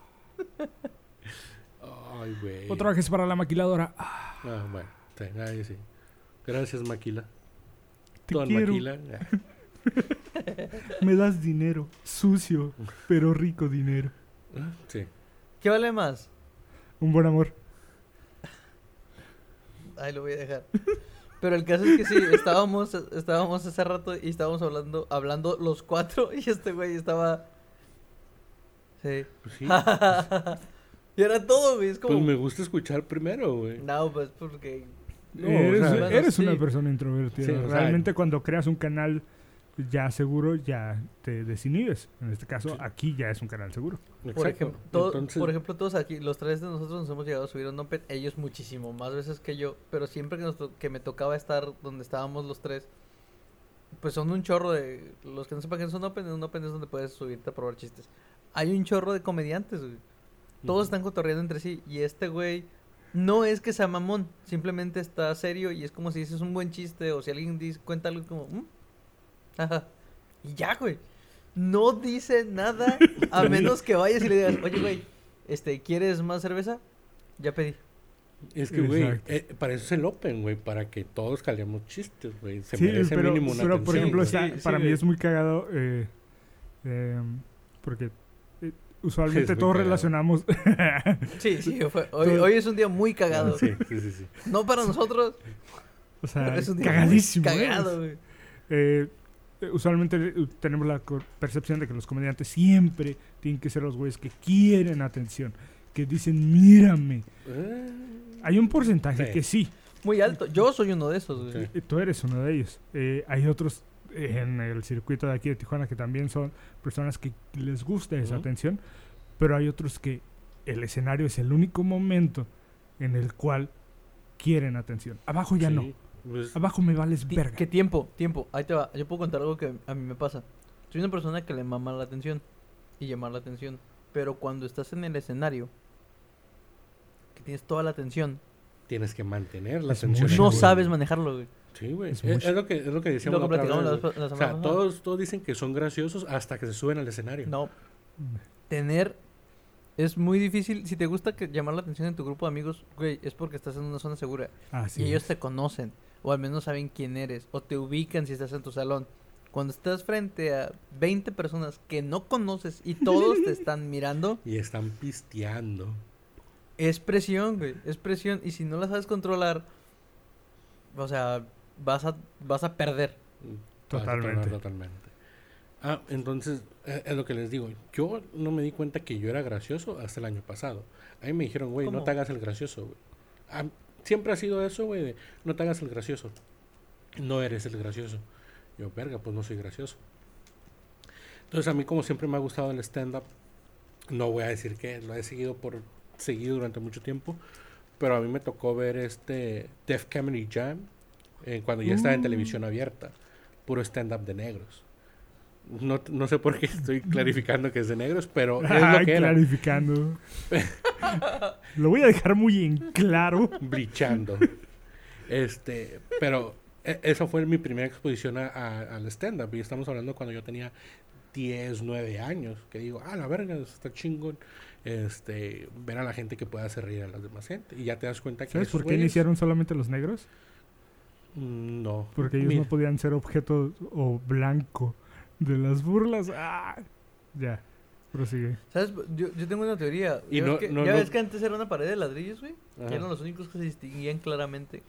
Speaker 3: Ay, güey.
Speaker 5: O trabajes para la maquiladora.
Speaker 3: Ah, bueno, sí, ahí sí. Gracias, Maquila.
Speaker 5: Te
Speaker 3: Don
Speaker 5: quiero.
Speaker 3: Maquila.
Speaker 5: Me das dinero. Sucio, pero rico dinero.
Speaker 3: Sí.
Speaker 1: ¿Qué vale más?
Speaker 5: Un buen amor.
Speaker 1: Ahí lo voy a dejar. Pero el caso es que sí, estábamos hace rato y estábamos hablando los 4 y este güey estaba... Sí.
Speaker 3: Pues sí.
Speaker 1: Y era todo, güey, es como...
Speaker 3: Pues me gusta escuchar primero, güey.
Speaker 1: No, pues porque...
Speaker 3: No,
Speaker 5: eres
Speaker 3: o sea,
Speaker 1: bueno,
Speaker 5: eres
Speaker 1: sí.
Speaker 5: una persona introvertida.
Speaker 3: Sí, o sea,
Speaker 5: Realmente cuando creas un canal ya seguro, ya te desinhibes. En este caso,
Speaker 3: Sí.
Speaker 5: aquí ya es un canal seguro.
Speaker 1: Por
Speaker 3: Exacto.
Speaker 1: ejemplo, todos aquí, los 3 de nosotros nos hemos llegado a subir a un Open, ellos muchísimo más veces que yo, pero siempre que me tocaba estar donde estábamos los 3, pues son un chorro de... Los que no sepan que es un Open es donde puedes subirte a probar chistes. Hay un chorro de comediantes, güey. Todos están cotorreando entre sí y este güey no es que sea mamón, simplemente está serio y es como si dices un buen chiste o si alguien cuenta algo como... Ajá. Y ya, güey. No dice nada a menos que vayas y le digas, oye, güey, ¿quieres más cerveza? Ya pedí.
Speaker 3: Es que, güey,
Speaker 5: Exacto.
Speaker 3: para eso es el Open, güey, para que todos calemos chistes, güey. Se
Speaker 5: Sí,
Speaker 3: merece
Speaker 5: pero,
Speaker 3: mínimo una
Speaker 5: pero
Speaker 3: atención.
Speaker 5: por ejemplo,
Speaker 3: güey.
Speaker 5: está-
Speaker 1: Sí,
Speaker 5: para mí
Speaker 1: güey.
Speaker 5: es muy cagado porque usualmente
Speaker 3: Es muy
Speaker 5: todos
Speaker 3: cagado.
Speaker 5: relacionamos...
Speaker 1: Sí, hoy es un día muy cagado.
Speaker 3: Sí, sí, sí, sí.
Speaker 1: No para nosotros,
Speaker 5: O sea,
Speaker 1: pero es un día
Speaker 5: cagadísimo.
Speaker 1: muy
Speaker 5: ¿eh?
Speaker 1: cagado, güey.
Speaker 5: Usualmente tenemos la percepción de que los comediantes siempre tienen que ser los güeyes que quieren atención, que dicen, mírame. Hay un porcentaje
Speaker 3: Sí.
Speaker 5: que sí,
Speaker 1: Muy alto. Yo soy uno de esos, güey.
Speaker 3: Sí.
Speaker 5: y tú eres uno de ellos. Hay otros en el circuito de aquí de Tijuana que también son personas que les gusta esa
Speaker 3: Ujú.
Speaker 5: atención, pero hay otros que el escenario es el único momento en el cual quieren atención. Abajo ya
Speaker 3: Sí,
Speaker 5: no.
Speaker 3: pues,
Speaker 5: Abajo me vales
Speaker 1: ¿Qué
Speaker 5: verga.
Speaker 1: tiempo? Ahí te va. Yo puedo contar algo que a mí me pasa. Soy una persona que le mama la atención y llamar la atención. Pero cuando estás en el escenario, que tienes toda la atención,
Speaker 3: tienes que mantener la
Speaker 5: Es
Speaker 3: atención.
Speaker 5: mucho,
Speaker 1: no
Speaker 5: güey.
Speaker 1: sabes manejarlo, güey.
Speaker 3: Sí, güey.
Speaker 5: Es
Speaker 3: Es,
Speaker 5: mucho.
Speaker 3: es lo que decíamos
Speaker 1: Lo que
Speaker 3: la otra
Speaker 1: platicamos
Speaker 3: vez, güey.
Speaker 1: la
Speaker 3: O
Speaker 1: semana
Speaker 3: sea,
Speaker 1: pasada.
Speaker 3: todos dicen que son graciosos hasta que se suben al escenario.
Speaker 1: No. Tener... Es muy difícil. Si te gusta llamar la atención en tu grupo de amigos, güey, es porque estás en una zona segura.
Speaker 5: Así
Speaker 1: y ellos
Speaker 5: es.
Speaker 1: te conocen. O al menos saben quién eres. O te ubican si estás en tu salón. Cuando estás frente a 20 personas que no conoces y todos te están mirando,
Speaker 3: Y están pisteando.
Speaker 1: es presión, güey. Es presión. Y si no la sabes controlar, o sea, vas a perder.
Speaker 5: Totalmente.
Speaker 3: Totalmente. Ah, entonces, es lo que les digo. Yo no me di cuenta que yo era gracioso hasta el año pasado. A mí me dijeron, güey, no
Speaker 1: ¿Cómo?
Speaker 3: te hagas el gracioso, güey. Siempre ha sido eso, güey, de no te hagas el gracioso. No eres el gracioso. Yo, verga, pues no soy gracioso. Entonces, a mí como siempre me ha gustado el stand-up, no voy a decir que lo he seguido durante mucho tiempo, pero a mí me tocó ver Def Comedy Jam cuando ya estaba en televisión abierta. Puro stand-up de negros. No sé por qué estoy clarificando que es de negros, pero es lo
Speaker 5: Ay,
Speaker 3: que era.
Speaker 5: clarificando. Lo voy a dejar muy en claro.
Speaker 3: Brichando. Pero esa fue mi primera exposición al stand-up. Y estamos hablando cuando yo tenía 10, 9 años. Que digo, la verga, está chingón. Ver a la gente que puede hacer reír a la demás gente. Y ya te das cuenta que
Speaker 5: ¿Sabes
Speaker 3: esos
Speaker 5: por qué
Speaker 3: güeyes-
Speaker 5: iniciaron solamente los negros?
Speaker 3: No.
Speaker 5: Porque ellos
Speaker 3: Mira,
Speaker 5: no podían ser objeto o blanco de las burlas. Ya, prosigue.
Speaker 1: ¿Sabes? Yo tengo una teoría.
Speaker 3: Y
Speaker 1: Ya
Speaker 3: no-
Speaker 1: ves que,
Speaker 3: no-
Speaker 1: ya
Speaker 3: no-
Speaker 1: ves que antes era una pared de ladrillos, güey.
Speaker 3: Ajá.
Speaker 1: Que eran los únicos que se distinguían claramente.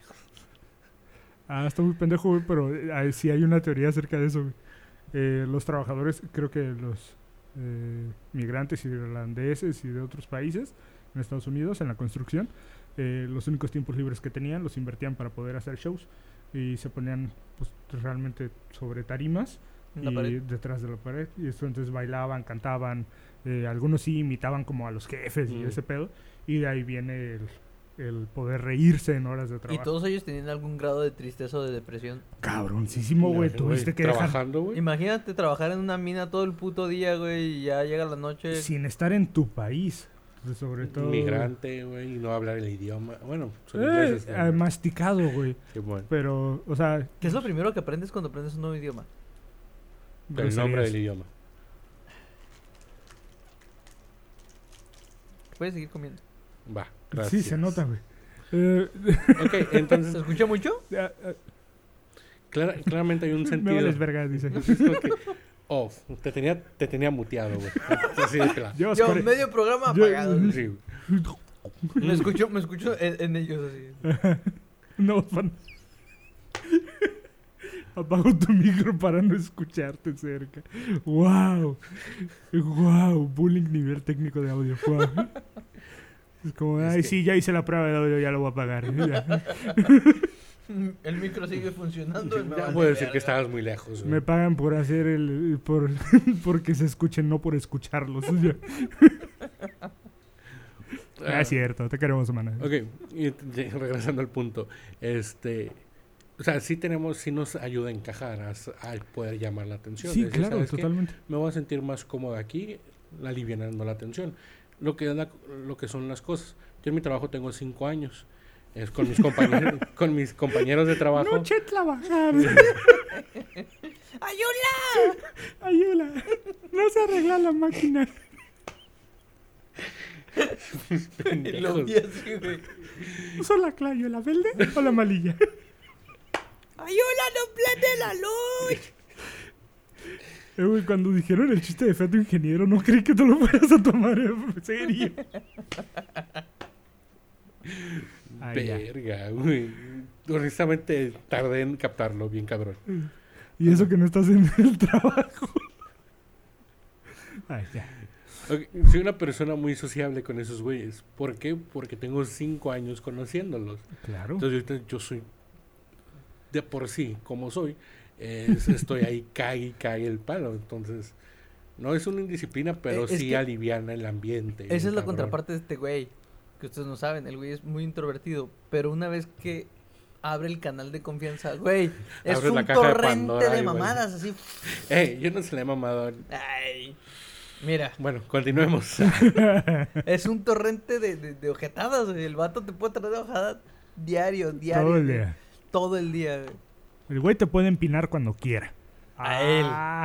Speaker 5: Está muy pendejo, güey, pero sí hay una teoría acerca de eso, güey. Los trabajadores, creo que los migrantes irlandeses y de otros países en Estados Unidos, en la construcción, los únicos tiempos libres que tenían los invertían para poder hacer shows y se ponían pues realmente sobre tarimas
Speaker 1: En la
Speaker 5: y
Speaker 1: pared.
Speaker 5: detrás de la pared y esto entonces bailaban, cantaban, algunos sí imitaban como a los jefes y
Speaker 3: Mm.
Speaker 5: ese pedo y de ahí viene el poder reírse en horas de
Speaker 1: Y
Speaker 5: trabajo.
Speaker 1: todos ellos tenían algún grado de tristeza o de depresión.
Speaker 5: Cabroncísimo, güey, tuviste que dejar
Speaker 3: Trabajando, güey.
Speaker 1: Imagínate trabajar en una mina todo el puto día, güey, y ya llega la noche.
Speaker 5: sin estar en tu país, sobre todo
Speaker 3: Migrante, güey, y no hablar el idioma. Bueno, son ingleses. ¿no?
Speaker 5: masticado, güey,
Speaker 3: Sí, bueno.
Speaker 5: pero, o sea,
Speaker 1: ¿Qué es lo primero que aprendes cuando aprendes un nuevo idioma?
Speaker 3: El nombre
Speaker 5: groserías.
Speaker 3: del idioma.
Speaker 1: Puedes seguir comiendo.
Speaker 3: Va,
Speaker 5: Sí,
Speaker 3: gracias.
Speaker 5: se nota, güey.
Speaker 3: Ok, entonces,
Speaker 1: ¿Se escucha mucho?
Speaker 3: claramente hay un
Speaker 5: me
Speaker 3: sentido.
Speaker 5: vales verga, dice.
Speaker 3: Es como que, off, te tenía muteado, güey. Así de plano.
Speaker 5: Llevas
Speaker 1: Yo,
Speaker 5: cuare-
Speaker 1: medio programa
Speaker 5: yo-
Speaker 1: apagado. güey.
Speaker 3: Sí, güey.
Speaker 1: Me escucho en ellos así.
Speaker 5: No, fan. Apago tu micro para no escucharte cerca. ¡Wow! ¡Wow! Bullying nivel técnico de audio. ¡Wow! Es como, ay, sí, ya hice la prueba de audio, ya lo voy a pagar. Ya.
Speaker 1: El micro sigue funcionando. me
Speaker 3: Ya
Speaker 1: vale
Speaker 3: puedo decir
Speaker 1: verga.
Speaker 3: que estabas muy lejos, güey.
Speaker 5: Me pagan por hacer porque se escuchen, no por escucharlos.
Speaker 3: Ah,
Speaker 5: Es cierto, te queremos, humana.
Speaker 3: Ok, y regresando al punto, o sea, sí nos ayuda a encajar, a poder llamar la atención.
Speaker 5: Sí,
Speaker 3: Decir,
Speaker 5: claro,
Speaker 3: ¿sabes qué?
Speaker 5: totalmente.
Speaker 3: Me voy a sentir más cómodo aquí, alivianando la tensión. Lo que son las cosas. Yo en mi trabajo tengo 5 años. Es con mis compañeros, con mis compañeros de trabajo.
Speaker 5: Noche trabajar.
Speaker 1: ¡Ayula!
Speaker 5: Ayuda. No se arregla la máquina.
Speaker 1: Y lo vi así, güey.
Speaker 5: ¿Uso la clayo, la verde o la amarilla?
Speaker 1: ¡Ayula, no prende la luz!
Speaker 5: Güey, cuando dijeron el chiste de feto ingeniero, no creí que te lo fueras a tomar en serio. Ay, ya.
Speaker 3: Verga, güey. Honestamente tardé en captarlo, bien cabrón.
Speaker 5: Y eso que no estás en el trabajo. Ay, ya.
Speaker 3: Ok, soy una persona muy sociable con esos güeyes. ¿Por qué? Porque tengo 5 años conociéndolos.
Speaker 5: Claro.
Speaker 3: Entonces ahorita yo soy de por sí, como soy, estoy ahí, cague el palo. Entonces, no es una indisciplina, pero
Speaker 1: Es
Speaker 3: sí
Speaker 1: que
Speaker 3: aliviana el ambiente.
Speaker 1: Esa es la
Speaker 3: cabrón.
Speaker 1: contraparte de este güey. Que ustedes no saben, el güey es muy introvertido. Pero una vez que abre el canal de confianza, güey, es
Speaker 3: Abres la
Speaker 1: un
Speaker 3: caja de
Speaker 1: torrente
Speaker 3: Pandora
Speaker 1: de
Speaker 3: y, güey.
Speaker 1: mamadas, así.
Speaker 3: Yo no se le he mamado.
Speaker 1: Ay, mira,
Speaker 3: Bueno, continuemos.
Speaker 1: es un torrente de ojetadas, güey. El vato te puede traer ojadas diario.
Speaker 5: Todo el
Speaker 1: güey.
Speaker 5: día.
Speaker 1: Todo el día, güey.
Speaker 5: El güey te puede empinar cuando quiera.
Speaker 1: A él.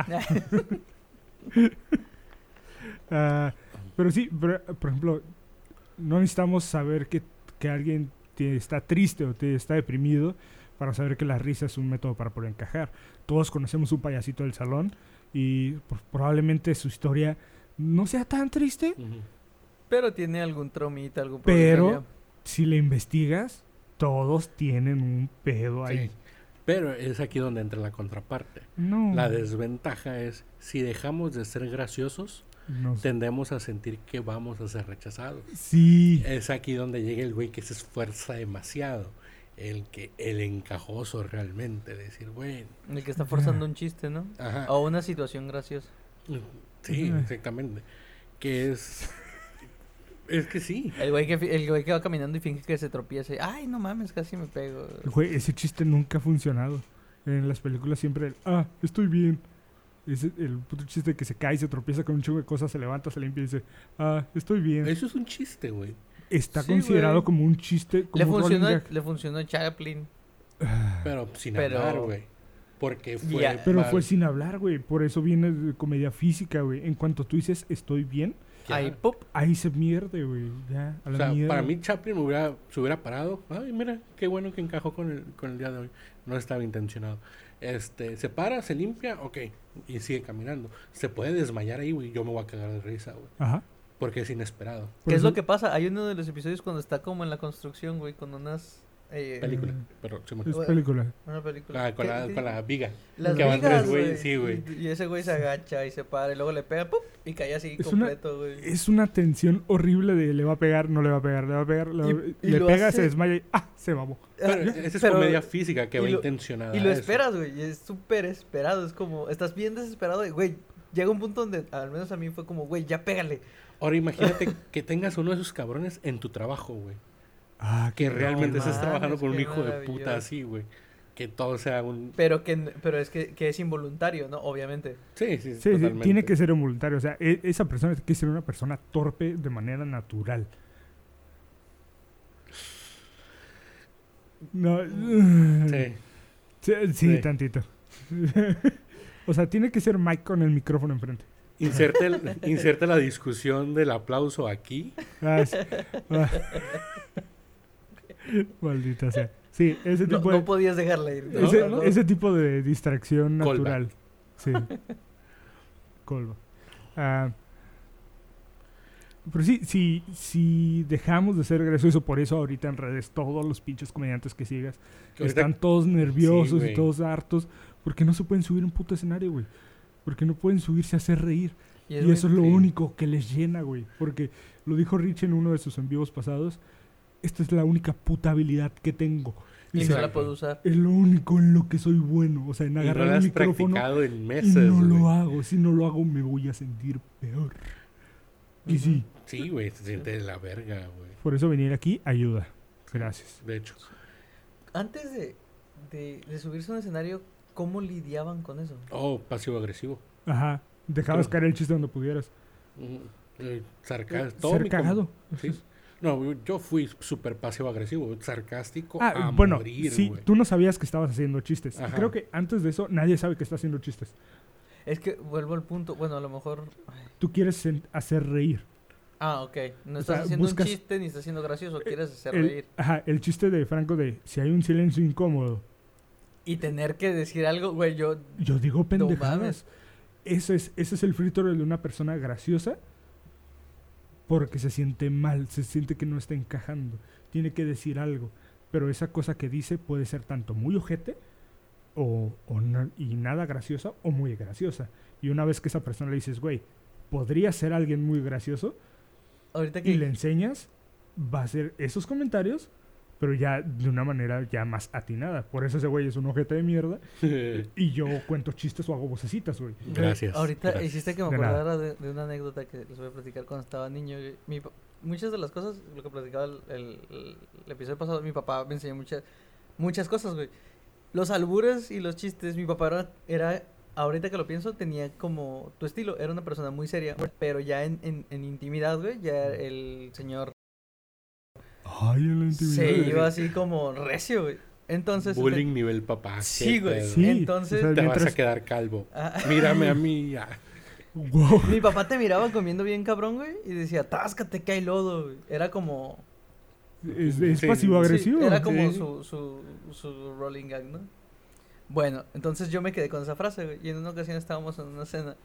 Speaker 5: Pero sí, por ejemplo, no necesitamos saber que alguien está triste o está deprimido para saber que la risa es un método para poder encajar. Todos conocemos un payasito del salón y probablemente su historia no sea tan triste,
Speaker 3: Ujú.
Speaker 1: Pero tiene algún traumita, algún
Speaker 5: pero
Speaker 1: problema.
Speaker 5: si le investigas, todos tienen un pedo ahí.
Speaker 3: Sí. Pero es aquí donde entra la contraparte.
Speaker 5: No.
Speaker 3: La desventaja es, si dejamos de ser graciosos,
Speaker 5: no sé.
Speaker 3: tendemos a sentir que vamos a ser rechazados.
Speaker 5: Sí.
Speaker 3: Es aquí donde llega el güey que se esfuerza demasiado. El encajoso realmente. Decir, bueno.
Speaker 1: El que está forzando un chiste, ¿no?
Speaker 3: Ajá.
Speaker 1: O una situación graciosa.
Speaker 3: Sí,
Speaker 5: Ajá.
Speaker 3: exactamente. Que es... Es que sí.
Speaker 1: El güey que va caminando y finge que se tropieza. Ay, no mames, casi me pego.
Speaker 5: Güey, ese chiste nunca ha funcionado. En las películas siempre estoy bien. Es el puto chiste que se cae, se tropieza con un chingo de cosas, se levanta, se limpia y dice, estoy bien.
Speaker 3: Eso es un chiste, güey.
Speaker 5: Está
Speaker 1: Sí,
Speaker 5: considerado
Speaker 1: güey.
Speaker 5: como un chiste. Como
Speaker 1: Le funcionó a Chaplin.
Speaker 3: Pero sin
Speaker 1: Pero-
Speaker 3: hablar, güey. Porque fue...
Speaker 1: Ya.
Speaker 5: Pero
Speaker 3: mal.
Speaker 5: fue sin hablar, güey. Por eso viene de comedia física, güey. En cuanto tú dices, estoy bien,
Speaker 3: Ya.
Speaker 1: Ahí, pop.
Speaker 5: ahí se mierde, güey. Ya, a la
Speaker 3: O sea,
Speaker 5: mierda.
Speaker 3: para mí Chaplin se hubiera parado. Ay, mira, qué bueno que encajó con el día de hoy. No estaba intencionado. Se para, se limpia, ok. Y sigue caminando. Se puede desmayar ahí, güey. Yo me voy a cagar de risa, güey.
Speaker 5: Ajá.
Speaker 3: Porque es inesperado.
Speaker 5: Por
Speaker 1: ¿Qué es
Speaker 5: eso-
Speaker 1: lo que pasa? Hay uno de los episodios cuando está como en la construcción, güey, con unas...
Speaker 3: Película. Pero sí me-
Speaker 5: Es película.
Speaker 1: Una película.
Speaker 3: Con
Speaker 1: ¿Qué?
Speaker 3: la viga.
Speaker 1: Las
Speaker 3: que van
Speaker 1: vigas,
Speaker 3: tres güeyes,
Speaker 1: güey.
Speaker 3: sí, güey.
Speaker 1: Y ese güey se agacha y se para y luego le pega, ¡pum! Y cae así
Speaker 5: Es
Speaker 1: completo, güey.
Speaker 5: Es una tensión horrible de le va a pegar, no le va a pegar, le va a pegar.
Speaker 1: Y
Speaker 5: Le
Speaker 1: lo
Speaker 5: pega,
Speaker 1: hace-
Speaker 5: se desmaya y se mamó.
Speaker 3: Pero esa es
Speaker 1: Pero-
Speaker 3: comedia física que
Speaker 1: y
Speaker 3: va
Speaker 1: lo-
Speaker 3: intencionada.
Speaker 1: Y lo
Speaker 3: a eso.
Speaker 1: esperas, güey. Y es súper esperado. Es como, estás bien desesperado. De, güey, llega un punto donde, al menos a mí fue como, güey, ya pégale.
Speaker 3: Ahora imagínate que tengas uno de esos cabrones en tu trabajo, güey.
Speaker 5: Qué
Speaker 3: Que realmente estés
Speaker 1: mames,
Speaker 3: trabajando con un
Speaker 1: qué
Speaker 3: hijo de
Speaker 1: maravilloso.
Speaker 3: puta así, güey. Que todo sea un...
Speaker 1: Pero es que es involuntario, ¿no? Obviamente.
Speaker 3: Sí,
Speaker 5: Sí, sí,
Speaker 3: totalmente.
Speaker 5: tiene que ser involuntario. O sea, esa persona tiene que ser una persona torpe de manera natural. No.
Speaker 3: Sí.
Speaker 5: Sí,
Speaker 3: Sí.
Speaker 5: tantito. O sea, tiene que ser Mike con el micrófono enfrente.
Speaker 3: Inserte la discusión del aplauso aquí.
Speaker 5: Sí. Maldita sea. Sí, ese
Speaker 1: No,
Speaker 5: tipo
Speaker 1: no
Speaker 5: de...
Speaker 1: podías dejarle ir. ¿no?
Speaker 5: Ese,
Speaker 1: No, no.
Speaker 5: ese tipo de distracción
Speaker 3: Callback.
Speaker 5: natural. Sí. Colba. Pero sí, si dejamos de ser graciosos, por eso ahorita en redes todos los pinches comediantes que sigas
Speaker 3: Que ahorita-
Speaker 5: están todos nerviosos
Speaker 3: Sí, güey.
Speaker 5: y todos hartos Porque no se pueden subir a un puto escenario, güey. Porque no pueden subirse a hacer reír. Y
Speaker 1: muy
Speaker 5: eso es lo
Speaker 3: sí.
Speaker 5: único que les llena, güey. Porque lo dijo Rich en uno de sus en vivos pasados. Esta es la única puta habilidad que tengo.
Speaker 1: Y
Speaker 5: Dice,
Speaker 1: no la puedo usar.
Speaker 5: es lo único en lo que soy bueno. O sea, en
Speaker 3: Y no
Speaker 5: agarrar
Speaker 3: lo
Speaker 5: el
Speaker 3: has
Speaker 5: micrófono
Speaker 3: practicado en
Speaker 5: y
Speaker 3: meses,
Speaker 5: no
Speaker 3: güey.
Speaker 5: lo hago. Si no lo hago, me voy a sentir peor. Y
Speaker 1: Ujú.
Speaker 5: sí,
Speaker 3: Sí, güey, se siente de la verga, güey.
Speaker 5: por eso venir aquí ayuda. Gracias.
Speaker 3: De hecho.
Speaker 1: Antes de subirse a un escenario, ¿cómo lidiaban con eso?
Speaker 3: Oh, pasivo-agresivo.
Speaker 5: Ajá. Dejabas caer el chiste donde pudieras.
Speaker 3: Sarcástico.
Speaker 5: Ser cagado.
Speaker 3: Sí. No, yo fui súper pasivo-agresivo, sarcástico
Speaker 5: Ah,
Speaker 3: a
Speaker 5: bueno,
Speaker 3: morir,
Speaker 5: sí,
Speaker 3: güey.
Speaker 5: tú no sabías que estabas haciendo chistes.
Speaker 3: Ajá.
Speaker 5: Creo que antes de eso nadie sabe que está haciendo chistes.
Speaker 1: Es que vuelvo al punto, bueno, a lo mejor... ay.
Speaker 5: Tú quieres hacer reír.
Speaker 1: Ah, ok. No
Speaker 5: O
Speaker 1: estás
Speaker 5: sea,
Speaker 1: haciendo
Speaker 5: buscas-
Speaker 1: un chiste ni estás haciendo gracioso, quieres hacer reír.
Speaker 5: El chiste de Franco de si hay un silencio incómodo,
Speaker 1: Y tener que decir algo, güey, yo...
Speaker 5: yo digo pendejadas.
Speaker 1: mames.
Speaker 5: Ese es el free throw de una persona graciosa porque se siente mal, se siente que no está encajando. Tiene que decir algo. Pero esa cosa que dice puede ser tanto muy ojete y nada graciosa o muy graciosa. Y una vez que esa persona le dices, güey, podría ser alguien muy gracioso,
Speaker 1: Ahorita
Speaker 5: y
Speaker 1: que...
Speaker 5: le enseñas, va a hacer esos comentarios, pero ya de una manera ya más atinada. Por eso ese güey es un ojete de mierda y yo cuento chistes o hago vocecitas, güey.
Speaker 1: Güey,
Speaker 3: Gracias,
Speaker 1: Ahorita
Speaker 3: gracias.
Speaker 1: hiciste que me
Speaker 5: De nada.
Speaker 1: acordara de una anécdota que les voy a platicar cuando estaba niño. Muchas de las cosas, lo que platicaba el episodio pasado, mi papá me enseñó muchas cosas, güey. Los albures y los chistes, mi papá era, ahorita que lo pienso, tenía como tu estilo. Era una persona muy seria, pero ya en intimidad, güey, ya el señor
Speaker 5: Ay, en la intimidad.
Speaker 1: se iba así como recio, güey. Entonces...
Speaker 3: Bullying nivel papá.
Speaker 1: Sí,
Speaker 3: qué
Speaker 1: güey.
Speaker 3: pedo.
Speaker 5: Sí,
Speaker 1: Entonces-
Speaker 5: o sea,
Speaker 3: Te vas a
Speaker 5: mientras-
Speaker 3: quedar calvo.
Speaker 1: Ah,
Speaker 3: Mírame a mí. Ah.
Speaker 5: Wow.
Speaker 1: mi papá te miraba comiendo bien cabrón, güey, y decía, táscate que hay lodo, güey. Era como...
Speaker 5: Es
Speaker 3: Sí,
Speaker 5: pasivo-agresivo.
Speaker 1: Sí, era como
Speaker 3: Sí.
Speaker 1: su rolling gag, ¿no? Bueno, entonces yo me quedé con esa frase, güey. Y en una ocasión estábamos en una cena.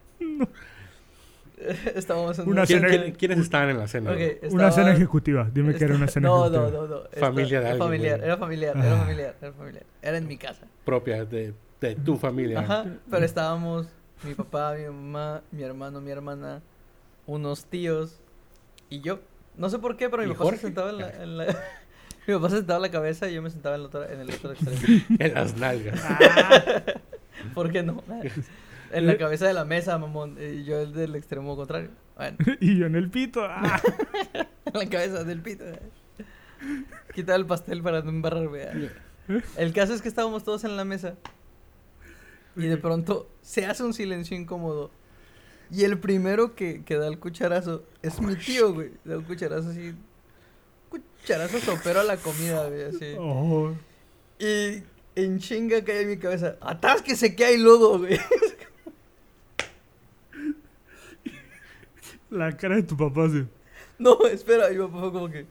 Speaker 1: Estábamos en
Speaker 5: Una
Speaker 3: ¿Quién-
Speaker 5: cena-
Speaker 3: quién- ¿Quiénes estaban en la cena?
Speaker 1: Ok,
Speaker 3: güey?
Speaker 5: Una cena
Speaker 1: estaba-
Speaker 5: ejecutiva. Dime que era una cena
Speaker 1: No,
Speaker 5: ejecutiva.
Speaker 1: no.
Speaker 3: Familia de alguien,
Speaker 1: Familiar,
Speaker 3: güey.
Speaker 1: era familiar,
Speaker 5: Ah.
Speaker 1: era familiar, era familiar. Era en mi casa.
Speaker 3: Propia de tu familia.
Speaker 1: Ajá, pero estábamos mi papá, mi mamá, mi hermano, mi hermana, unos tíos y yo. No sé por qué, pero mi
Speaker 3: ¿Y
Speaker 1: papá
Speaker 3: Jorge?
Speaker 1: se sentaba en la mi papá se sentaba en la cabeza y yo me sentaba en el otro extremo.
Speaker 3: En las nalgas.
Speaker 1: ¿Por qué no? En la cabeza de la mesa, mamón, y yo el del extremo contrario. Bueno,
Speaker 5: Y yo en el pito. ¡Ah!
Speaker 1: en la cabeza del pito. Quitaba el pastel para no embarrarme. El caso es que estábamos todos en la mesa y de pronto se hace un silencio incómodo. Y el primero que da el cucharazo es mi tío, güey. Da un cucharazo así. Cucharazo sopero a la comida, güey, así.
Speaker 5: Oh.
Speaker 1: Y en chinga cae en mi cabeza. ¡Atásquese que hay lodo, güey!
Speaker 5: La cara de tu papá así.
Speaker 1: No, espera, mi papá fue como que.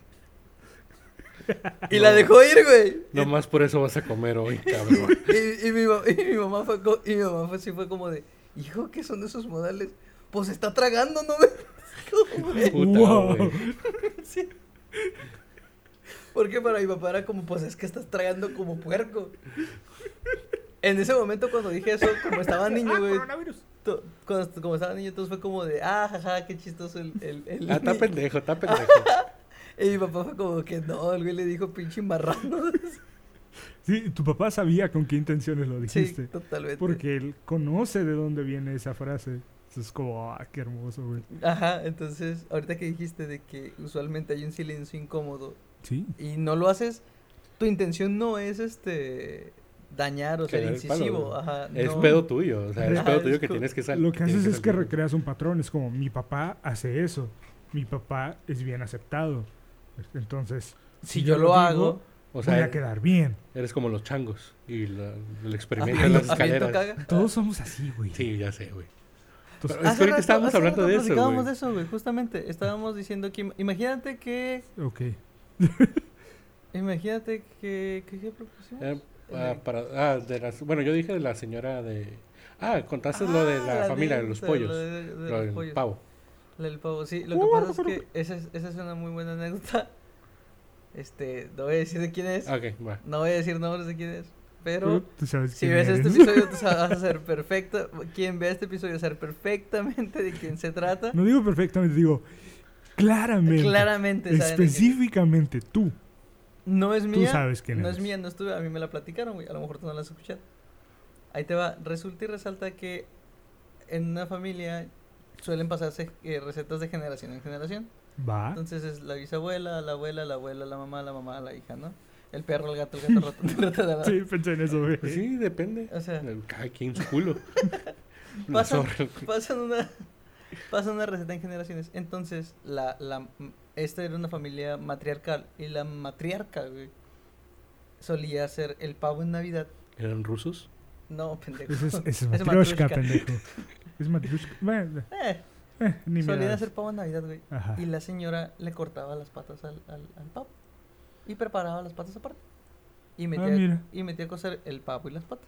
Speaker 1: Y la dejó ir, güey.
Speaker 3: Nomás por eso vas a comer hoy, cabrón.
Speaker 1: Y mi mamá fue así, fue como de, hijo, ¿qué son esos modales? Pues está tragando, ¿no? Güey.
Speaker 3: Puta,
Speaker 5: Wow.
Speaker 3: güey.
Speaker 1: Sí. Porque para mi papá era como, pues es que estás tragando como puerco. En ese momento cuando dije eso, como estaba niño, güey. Como estaba niño, entonces fue como de, jaja, qué chistoso el
Speaker 3: Ah, está pendejo, está pendejo.
Speaker 1: Y mi papá fue como que no, el güey le dijo pinche marrano.
Speaker 5: Sí, tu papá sabía con qué intenciones lo
Speaker 1: Sí,
Speaker 5: dijiste.
Speaker 1: totalmente.
Speaker 5: Porque él conoce de dónde viene esa frase. Entonces es como, qué hermoso, güey.
Speaker 1: Ajá, entonces, ahorita que dijiste de que usualmente hay un silencio incómodo
Speaker 5: Sí.
Speaker 1: y no lo haces, tu intención no es dañar o ser
Speaker 3: Cagar el palo,
Speaker 1: incisivo,
Speaker 3: güey.
Speaker 1: ajá.
Speaker 3: Es
Speaker 1: no.
Speaker 3: pedo tuyo, o sea, es
Speaker 1: Ajá,
Speaker 3: pedo
Speaker 1: es
Speaker 3: tuyo que
Speaker 1: co-
Speaker 3: tienes que salir.
Speaker 5: Lo que haces es que recreas un patrón. Es como, mi papá hace eso. Mi papá es bien aceptado. Entonces,
Speaker 1: Si yo lo hago,
Speaker 3: O
Speaker 5: voy a
Speaker 3: sea,
Speaker 5: quedar bien.
Speaker 3: eres como los changos y el experimento
Speaker 1: aviento-
Speaker 3: en las
Speaker 1: aviento
Speaker 3: escaleras.
Speaker 1: caga.
Speaker 5: Todos somos así, güey.
Speaker 3: Sí, ya sé, güey.
Speaker 5: Entonces,
Speaker 3: Pero es que ahorita estábamos
Speaker 1: hace
Speaker 3: hablando
Speaker 1: rato
Speaker 3: de eso,
Speaker 1: platicábamos
Speaker 3: güey.
Speaker 1: de eso, güey, justamente. Estábamos diciendo que, imagínate que,
Speaker 5: ok.
Speaker 1: ¿qué propusimos?
Speaker 3: Bueno, yo dije de la señora de... contaste lo de la familia, de los pollos.
Speaker 1: Lo de
Speaker 3: Lo
Speaker 1: los
Speaker 3: del
Speaker 1: pollos.
Speaker 3: pavo.
Speaker 1: Lo del pavo, sí. Lo que pasa es que esa es una muy buena anécdota. No voy a decir de quién es.
Speaker 3: Ok, va.
Speaker 1: No voy a decir nombres de quién es. pero
Speaker 5: Tú sabes
Speaker 1: si
Speaker 5: quién
Speaker 1: ves este
Speaker 5: eres.
Speaker 1: episodio, tú vas a saber perfecto. Quien vea este episodio va a saber perfectamente de quién se trata.
Speaker 5: No digo perfectamente, digo claramente.
Speaker 1: Claramente saben de quién.
Speaker 5: Específicamente tú.
Speaker 1: No es mía.
Speaker 5: sabes quién
Speaker 1: No
Speaker 5: eres.
Speaker 1: es mía, no estuve. A mí me la platicaron, güey. A lo mejor tú no la has escuchado. Ahí te va. Resulta y resalta que en una familia suelen pasarse recetas de generación en generación.
Speaker 5: Va.
Speaker 1: Entonces es la bisabuela, la abuela, la mamá, la hija, ¿no? El perro, el gato, el ratón.
Speaker 5: Sí, pensé en eso, güey.
Speaker 3: Pues sí, depende.
Speaker 1: O sea,
Speaker 3: Cada quien su culo. Una
Speaker 1: pasan,
Speaker 3: zorra.
Speaker 1: pasan una receta en generaciones. Entonces, esta era una familia matriarcal. Y la matriarca, güey, solía hacer el pavo en Navidad.
Speaker 3: ¿Eran rusos?
Speaker 1: No, pendejo.
Speaker 5: Ese es
Speaker 1: Es
Speaker 5: matrioshka,
Speaker 1: matrushka.
Speaker 5: pendejo. Es matrioshka. Bueno, ni
Speaker 1: Solían
Speaker 5: miras.
Speaker 1: hacer pavo en Navidad, güey.
Speaker 5: Ajá.
Speaker 1: Y la señora le cortaba las patas al pavo. Y preparaba las patas aparte. Y
Speaker 5: mira.
Speaker 1: metía a cocer el pavo y las patas.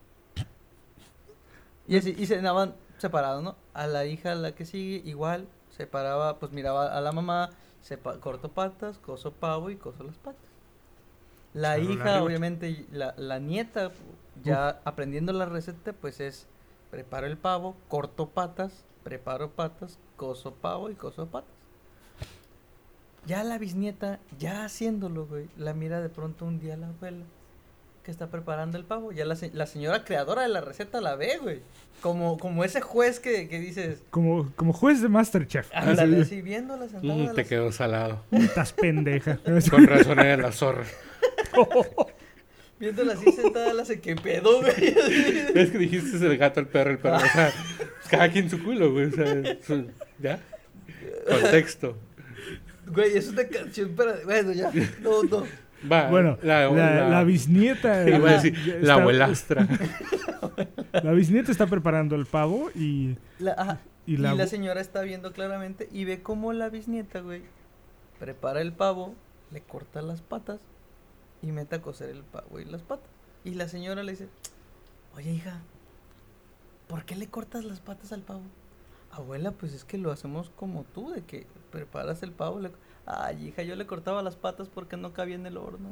Speaker 1: Y así, y cenaban separados, ¿no? A la hija, la que sigue, igual, separaba, pues miraba a la mamá, corto patas, coso pavo y coso las patas. La
Speaker 5: Solo la
Speaker 1: hija,
Speaker 5: riota.
Speaker 1: obviamente, la nieta, ya aprendiendo la receta, pues es, preparo el pavo, corto patas, preparo patas, coso pavo y coso patas. Ya la bisnieta, ya haciéndolo, güey, la mira de pronto un día la abuela que está preparando el pavo. Ya la señora creadora de la receta la ve, güey. Como ese juez que dices,
Speaker 5: Como juez de Masterchef.
Speaker 1: ándale, así viéndola sentada.
Speaker 3: Te quedó salado.
Speaker 5: Estás pendeja.
Speaker 3: Con razón era la zorra.
Speaker 1: Viéndola así sentada, la sé, ¿qué pedo, güey?
Speaker 3: Es que dijiste el gato, el perro, O sea, cada quien su culo, güey. O sea, ¿ya? Contexto.
Speaker 1: Güey, es una canción para... Bueno, ya, no.
Speaker 3: Va,
Speaker 5: Bueno, la bisnieta.
Speaker 3: Iba a decir,
Speaker 5: ya
Speaker 3: la
Speaker 5: está-
Speaker 3: abuelastra.
Speaker 5: La bisnieta está preparando el pavo y
Speaker 1: Ajá.
Speaker 5: Y
Speaker 1: Y
Speaker 5: la
Speaker 1: la
Speaker 5: abu-
Speaker 1: señora está viendo claramente y ve cómo la bisnieta, güey, prepara el pavo, le corta las patas y mete a cocer el pavo y las patas. Y la señora le dice, oye, hija, ¿por qué le cortas las patas al pavo? Abuela, pues es que lo hacemos como tú, de que preparas el pavo. Ay, hija, yo le cortaba las patas porque no cabía en el horno.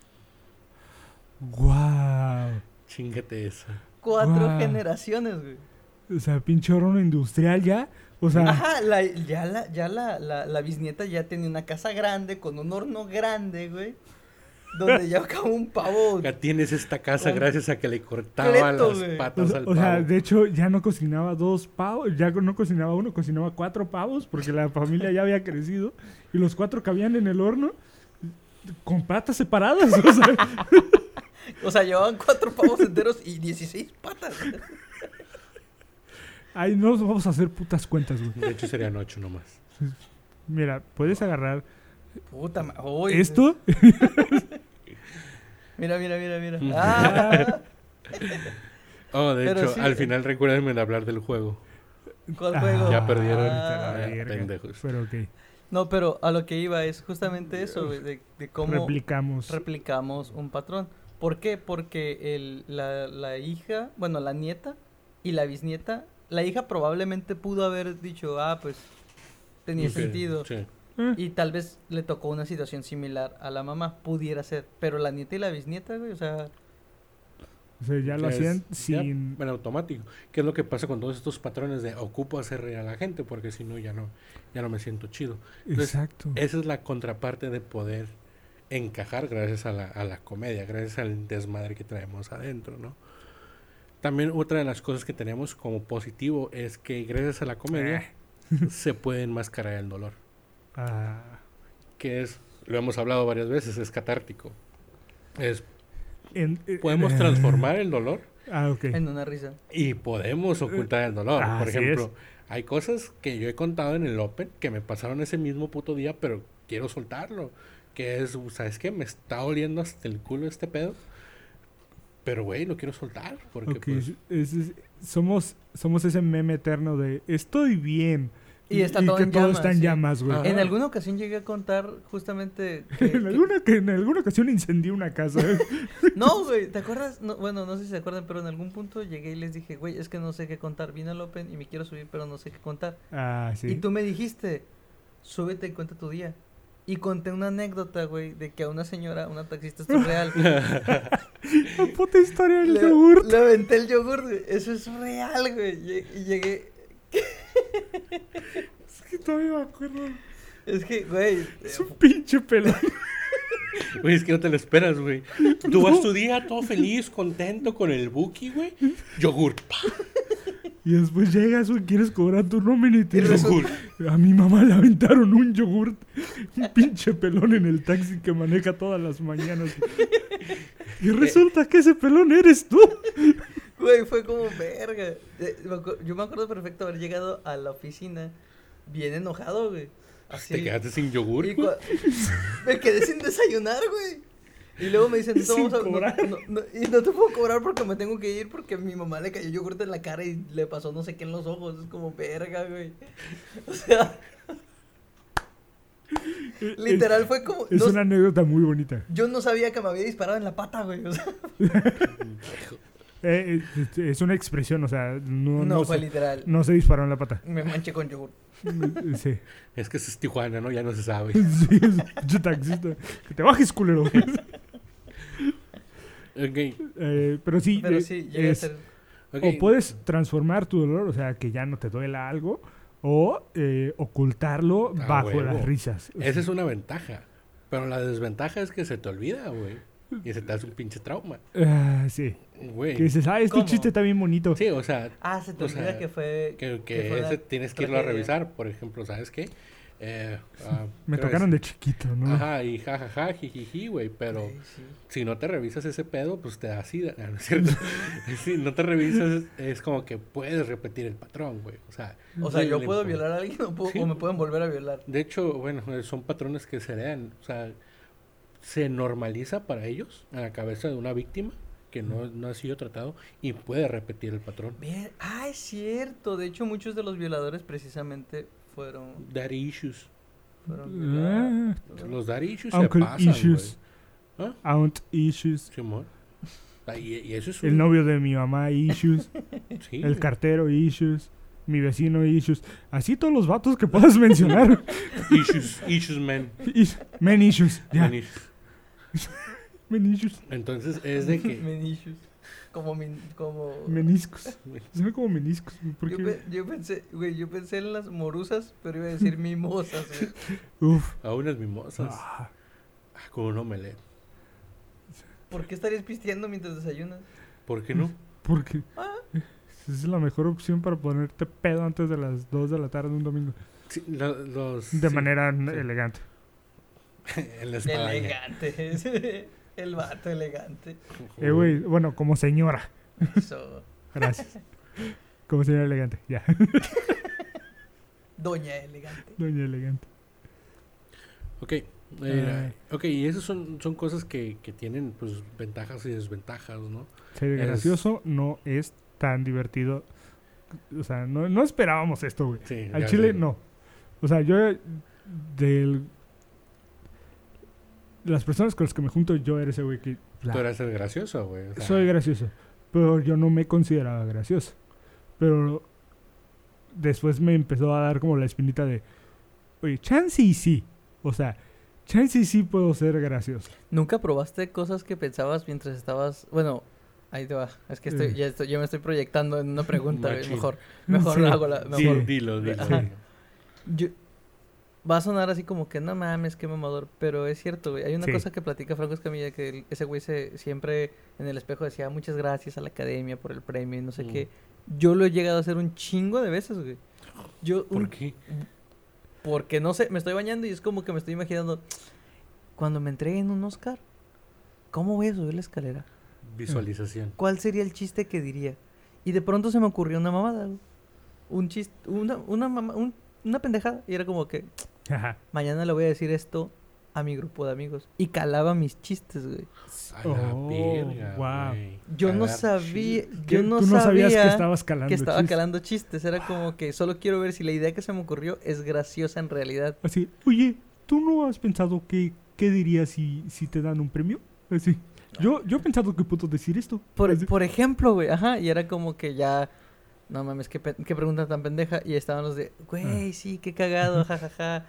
Speaker 5: ¡Guau!
Speaker 3: Chingate esa.
Speaker 1: 4
Speaker 5: Guau.
Speaker 1: generaciones, güey.
Speaker 5: O sea, pinche horno industrial ya. O sea,
Speaker 1: Ajá, la bisnieta ya tenía una casa grande con un horno grande, güey. Donde ya acabó un pavo.
Speaker 3: Ya tienes esta casa
Speaker 1: Con-
Speaker 3: gracias a que le cortaba
Speaker 1: completo,
Speaker 3: las
Speaker 1: güey.
Speaker 3: patas al
Speaker 5: o
Speaker 3: pavo.
Speaker 5: sea, de hecho, ya no cocinaba 2 pavos, ya no cocinaba uno, cocinaba 4 pavos, porque la familia ya había crecido, y los 4 cabían en el horno con patas separadas. O sea,
Speaker 1: O sea, llevaban 4 pavos enteros y 16 patas.
Speaker 5: ay, no vamos a hacer putas cuentas, güey.
Speaker 3: De hecho, serían 8 nomás.
Speaker 5: Mira, puedes agarrar
Speaker 1: Puta madre.
Speaker 5: esto.
Speaker 1: Mira. Ah,
Speaker 3: Oh, de
Speaker 1: Pero
Speaker 3: hecho,
Speaker 1: sí.
Speaker 3: al final recuérdenme hablar del juego.
Speaker 1: ¿cuál
Speaker 5: Ah,
Speaker 1: juego?
Speaker 3: Ya perdieron.
Speaker 1: Ah,
Speaker 5: la verga.
Speaker 3: pendejos.
Speaker 5: Pero ok,
Speaker 1: no, pero a lo que iba es justamente eso, güey, de cómo
Speaker 5: replicamos.
Speaker 1: replicamos un patrón. ¿Por qué? Porque la hija, bueno, la nieta y la bisnieta, la hija probablemente pudo haber dicho, pues tenía
Speaker 3: Ok,
Speaker 1: sentido.
Speaker 3: Sí.
Speaker 1: Y tal vez le tocó una situación similar a la mamá, pudiera ser. Pero la nieta y la bisnieta, güey, o sea,
Speaker 5: O sea, ya lo
Speaker 3: Que
Speaker 5: hacían
Speaker 3: es ya
Speaker 5: sin...
Speaker 3: en automático. ¿Qué es lo que pasa con todos estos patrones de ocupo hacer reír a la gente? Porque si no, ya no me siento chido. Entonces,
Speaker 5: Exacto.
Speaker 3: esa es la contraparte de poder encajar gracias a la comedia, gracias al desmadre que traemos adentro, ¿no? También otra de las cosas que tenemos como positivo es que gracias a la comedia se puede enmascarar el dolor.
Speaker 5: Ah,
Speaker 3: Que es, lo hemos hablado varias veces, es catártico.
Speaker 5: en-
Speaker 3: Podemos transformar el dolor
Speaker 5: Ah, ok.
Speaker 1: en una risa.
Speaker 3: y podemos ocultar el dolor. Por
Speaker 5: Así
Speaker 3: ejemplo, hay cosas que yo he contado en el Open que me pasaron ese mismo puto día, pero quiero soltarlo. Que es, ¿sabes qué? Me está oliendo hasta el culo este pedo. Pero, güey, lo quiero soltar. Porque,
Speaker 5: Ok,
Speaker 3: pues,
Speaker 5: somos ese meme eterno de estoy bien.
Speaker 1: Y está todo
Speaker 5: que
Speaker 1: en
Speaker 5: todo
Speaker 1: llamas,
Speaker 5: está en
Speaker 1: sí.
Speaker 5: llamas, güey.
Speaker 3: Ajá.
Speaker 1: En alguna ocasión llegué a contar justamente que-
Speaker 5: En alguna ocasión incendié una casa.
Speaker 1: No, güey, ¿te acuerdas? No, bueno, no sé si se acuerdan, pero en algún punto llegué y les dije, güey, es que no sé qué contar. Vine al Open y me quiero subir, pero no sé qué contar.
Speaker 5: Ah, sí.
Speaker 1: Y tú me dijiste, súbete y cuenta tu día. Y conté una anécdota, güey, de que a una señora, una taxista, esto es real.
Speaker 5: La puta historia del
Speaker 1: le,
Speaker 5: yogurt.
Speaker 1: le aventé el yogur, güey. Eso es real, güey. Y llegué.
Speaker 5: Es que todavía me acuerdo.
Speaker 1: Es que, güey.
Speaker 5: Es un pinche pelón.
Speaker 3: Güey, es que no te lo esperas, güey. Tú vas tu día todo feliz, contento con el Buki, güey. Yogur.
Speaker 5: Y después llegas, güey, quieres cobrar tu nómina y te
Speaker 1: Y
Speaker 5: dicen,
Speaker 3: Yogur.
Speaker 5: a mi mamá le aventaron un yogurt. Un pinche pelón en el taxi que maneja todas las mañanas. Y resulta que ese pelón eres tú.
Speaker 1: Güey, fue como verga. Yo me acuerdo perfecto haber llegado a la oficina bien enojado, güey. Así.
Speaker 3: Te quedaste sin yogur,
Speaker 1: Y
Speaker 3: güey.
Speaker 1: me quedé sin desayunar, güey. Y luego me dicen,
Speaker 5: Sin
Speaker 1: no,
Speaker 5: cobrar.
Speaker 1: y no te puedo cobrar porque me tengo que ir porque mi mamá le cayó yogurt en la cara y le pasó no sé qué en los ojos. Es como verga, güey. O sea, literal fue como...
Speaker 5: Es
Speaker 1: no-
Speaker 5: una anécdota muy bonita.
Speaker 1: Yo no sabía que me había disparado en la pata, güey. O sea,
Speaker 5: Es una expresión, o sea, no
Speaker 1: fue
Speaker 5: se,
Speaker 1: literal.
Speaker 5: no se disparó en la pata.
Speaker 1: Me manché con yogur.
Speaker 5: Sí.
Speaker 3: Es que es Tijuana, ¿no? Ya no se sabe.
Speaker 5: Sí, es pinche taxista. Que te bajes, culero.
Speaker 3: Ok.
Speaker 5: Pero sí,
Speaker 1: Pero sí, llegué a
Speaker 5: es-
Speaker 1: ser...
Speaker 3: Ok.
Speaker 5: o puedes transformar tu dolor, o sea, que ya no te duela algo, o ocultarlo
Speaker 3: Ah,
Speaker 5: bajo
Speaker 3: huevo.
Speaker 5: las risas.
Speaker 3: Esa es una ventaja. Pero la desventaja es que se te olvida, güey. Y se te hace un pinche trauma.
Speaker 5: Sí.
Speaker 3: Güey.
Speaker 5: Que dices, este
Speaker 1: ¿Cómo?
Speaker 5: chiste está bien bonito.
Speaker 3: Sí, o sea,
Speaker 1: Ah, se te
Speaker 3: o
Speaker 1: olvida
Speaker 3: sea,
Speaker 1: que fue...
Speaker 3: que
Speaker 1: fue
Speaker 3: ese
Speaker 1: una
Speaker 3: tienes que irlo a
Speaker 1: tragedia.
Speaker 3: revisar. Por ejemplo, ¿sabes qué?
Speaker 5: Me
Speaker 3: creo
Speaker 5: tocaron
Speaker 3: que
Speaker 5: de chiquito, ¿no?
Speaker 3: Ajá, y jajaja, jijiji, güey. Pero
Speaker 1: Güey, sí.
Speaker 3: si no te revisas ese pedo, pues te da sida. No, no es cierto. Si no te revisas, es como que puedes repetir el patrón, güey. O sea,
Speaker 1: O sea, yo
Speaker 3: le
Speaker 1: puedo
Speaker 3: impo-
Speaker 1: violar a alguien
Speaker 3: Sí.
Speaker 1: o me pueden volver a violar.
Speaker 3: De hecho, bueno, son patrones que se heredan. O sea, se normaliza para ellos en la cabeza de una víctima que no ha sido tratado y puede repetir el patrón.
Speaker 1: Bien, es cierto. De hecho, muchos de los violadores precisamente fueron
Speaker 3: Daddy issues.
Speaker 1: violados.
Speaker 3: Los daddy issues se
Speaker 5: Uncle
Speaker 3: pasan,
Speaker 5: issues.
Speaker 3: güey. ¿Ah?
Speaker 5: Aunt issues.
Speaker 3: Simón. Y eso es
Speaker 5: El novio de mi mamá issues.
Speaker 3: Sí,
Speaker 5: El cartero issues. Mi vecino issues. Así todos los vatos que puedas mencionar.
Speaker 3: issues, man.
Speaker 5: Men issues. Ya.
Speaker 3: Man issues.
Speaker 5: Men issues.
Speaker 3: Entonces es de que
Speaker 1: Menicius. Como
Speaker 5: Meniscos. Se ve como meniscos. ¿Por
Speaker 1: Yo,
Speaker 5: qué?
Speaker 1: yo pensé en las morusas, pero iba a decir mimosas, güey.
Speaker 5: Uf.
Speaker 3: a unas mimosas
Speaker 5: Ah,
Speaker 3: con un omelette.
Speaker 1: ¿Por qué estarías pisteando mientras desayunas?
Speaker 3: ¿Por qué no?
Speaker 5: porque
Speaker 1: Ah.
Speaker 5: es la mejor opción para ponerte pedo antes de las 2 de la tarde un domingo.
Speaker 3: Sí, los
Speaker 5: De
Speaker 3: sí,
Speaker 5: manera
Speaker 3: sí.
Speaker 5: elegante.
Speaker 3: En la espadaña.
Speaker 1: Elegante. El vato elegante.
Speaker 5: Güey, bueno, como señora.
Speaker 1: Eso.
Speaker 5: Gracias. Como señora elegante. Ya.
Speaker 1: Doña elegante.
Speaker 5: Doña elegante.
Speaker 3: Ok. Ok, y esas son cosas que tienen pues ventajas y desventajas, ¿no?
Speaker 5: Ser
Speaker 3: Es-
Speaker 5: gracioso no es tan divertido. O sea, no esperábamos esto, güey.
Speaker 3: Sí,
Speaker 5: Al
Speaker 3: ya
Speaker 5: chile,
Speaker 3: sé.
Speaker 5: no. O sea, yo las personas con las que me junto, yo era ese güey que...
Speaker 3: Tú eras el gracioso, güey. o sea,
Speaker 5: Soy gracioso. Pero yo no me consideraba gracioso. Pero después me empezó a dar como la espinita de... Oye, chance y sí. O sea, chance y sí puedo ser gracioso.
Speaker 1: ¿Nunca probaste cosas que pensabas mientras estabas... Bueno, ahí te va. Es que yo me estoy proyectando en una pregunta. güey.
Speaker 3: Machín.
Speaker 1: Mejor
Speaker 5: Sí.
Speaker 1: hago la...
Speaker 5: Sí.
Speaker 1: Mejor.
Speaker 3: Dilo.
Speaker 1: Ajá.
Speaker 5: Sí.
Speaker 1: Yo- va a sonar así como que no mames, qué mamador, pero es cierto, güey. Hay una
Speaker 5: Sí.
Speaker 1: cosa que platica Franco Escamilla que ese güey siempre en el espejo decía muchas gracias a la academia por el premio y no sé
Speaker 3: Mm.
Speaker 1: qué. Yo lo he llegado a hacer un chingo de veces, güey.
Speaker 3: ¿Por qué?
Speaker 1: Porque no sé, me estoy bañando y es como que me estoy imaginando cuando me entreguen un Oscar, ¿cómo voy a subir la escalera?
Speaker 3: Visualización.
Speaker 1: ¿Cuál sería el chiste que diría? Y de pronto se me ocurrió una mamada, güey. Un chiste, una pendejada. Y era como que
Speaker 5: Ajá.
Speaker 1: mañana le voy a decir esto a mi grupo de amigos. Y calaba mis chistes, güey.
Speaker 3: A la
Speaker 5: Oh,
Speaker 3: verga,
Speaker 5: wow.
Speaker 3: güey.
Speaker 1: Yo no
Speaker 3: Cagar
Speaker 1: sabía,
Speaker 3: chistes.
Speaker 5: Que
Speaker 1: yo no
Speaker 5: tú no sabías que
Speaker 1: sabía
Speaker 5: estabas calando
Speaker 1: que estaba
Speaker 5: chistes.
Speaker 1: calando chistes. Era como que solo quiero ver si la idea que se me ocurrió es graciosa en realidad.
Speaker 5: Así, oye, ¿tú no has pensado qué dirías si te dan un premio? Así. Yo he pensado que puedo decir esto. Así.
Speaker 1: Por ejemplo, güey, ajá, y era como que ya, no mames, qué pregunta tan pendeja, y estaban los de, güey, sí, qué cagado, jajaja,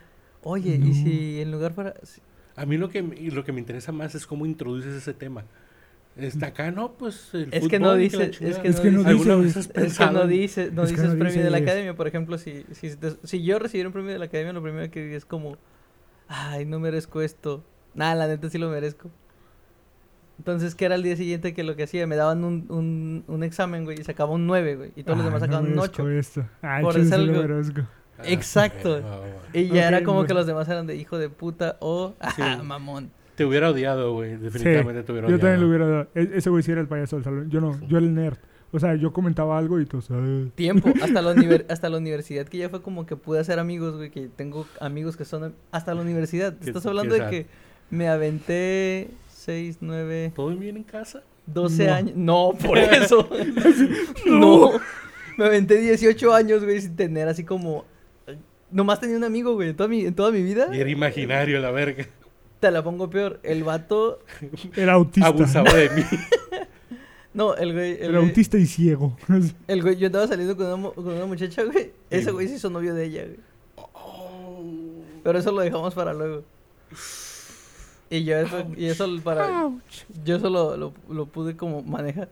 Speaker 1: Oye,
Speaker 5: No.
Speaker 1: ¿y si en lugar fuera...
Speaker 3: A mí lo que me interesa más es cómo introduces ese tema. Está acá, no, pues el
Speaker 1: Es que
Speaker 3: fútbol,
Speaker 1: no
Speaker 3: la
Speaker 1: dice,
Speaker 3: chingada.
Speaker 1: es que
Speaker 5: Es que no
Speaker 1: dice,
Speaker 3: ¿Alguna
Speaker 5: dice,
Speaker 3: vez has
Speaker 1: es que
Speaker 3: pensado
Speaker 1: no
Speaker 3: en-
Speaker 1: dice, no
Speaker 5: Es que
Speaker 1: dices
Speaker 5: no
Speaker 1: premio de la
Speaker 5: dices.
Speaker 1: academia, por ejemplo, si yo recibiera un premio de la academia, lo primero que diría es como, ay, no merezco esto. Nada, la neta sí lo merezco. Entonces, ¿qué era el día siguiente que lo que hacía? Me daban un examen, güey, y sacaba un 9, güey, y todos los demás
Speaker 5: no
Speaker 1: sacaban un
Speaker 5: merezco
Speaker 1: 8.
Speaker 5: esto. Ah,
Speaker 1: Por
Speaker 5: chile, sí
Speaker 1: eso
Speaker 5: lo
Speaker 1: algo-
Speaker 5: merezco.
Speaker 3: Ah,
Speaker 1: Exacto.
Speaker 3: ok, va.
Speaker 1: Y ya era
Speaker 5: Ok,
Speaker 1: como
Speaker 5: pues.
Speaker 1: que los demás eran de hijo de puta o,
Speaker 3: Sí.
Speaker 1: mamón.
Speaker 3: Te hubiera odiado, güey. Definitivamente te hubiera
Speaker 5: Yo
Speaker 3: odiado.
Speaker 5: también lo hubiera dado. Ese güey sí era el payaso del salón. Yo no, yo era el nerd. O sea, yo comentaba algo y todos...
Speaker 1: Tiempo, hasta la universidad que ya fue como que pude hacer amigos, güey, que tengo amigos que son hasta la universidad.
Speaker 3: Qué-
Speaker 1: Estás
Speaker 3: qué
Speaker 1: hablando de
Speaker 3: sad.
Speaker 1: que me aventé 6, 9,
Speaker 3: ¿Todo bien en casa?
Speaker 1: 12
Speaker 5: No.
Speaker 1: años. No, por eso. No. Me aventé 18 años, güey, sin tener así como... Nomás tenía un amigo, güey, en toda mi vida.
Speaker 3: Y era imaginario, la verga.
Speaker 1: Te la pongo peor. El vato...
Speaker 5: Era autista.
Speaker 3: Abusaba de mí.
Speaker 1: No, el güey...
Speaker 5: Era autista y ciego.
Speaker 1: El güey, yo andaba saliendo con una muchacha, güey. Ese güey se hizo novio de ella, güey.
Speaker 3: Oh.
Speaker 1: Pero eso lo dejamos para luego. Y yo eso, y eso para... Yo eso lo pude como manejar.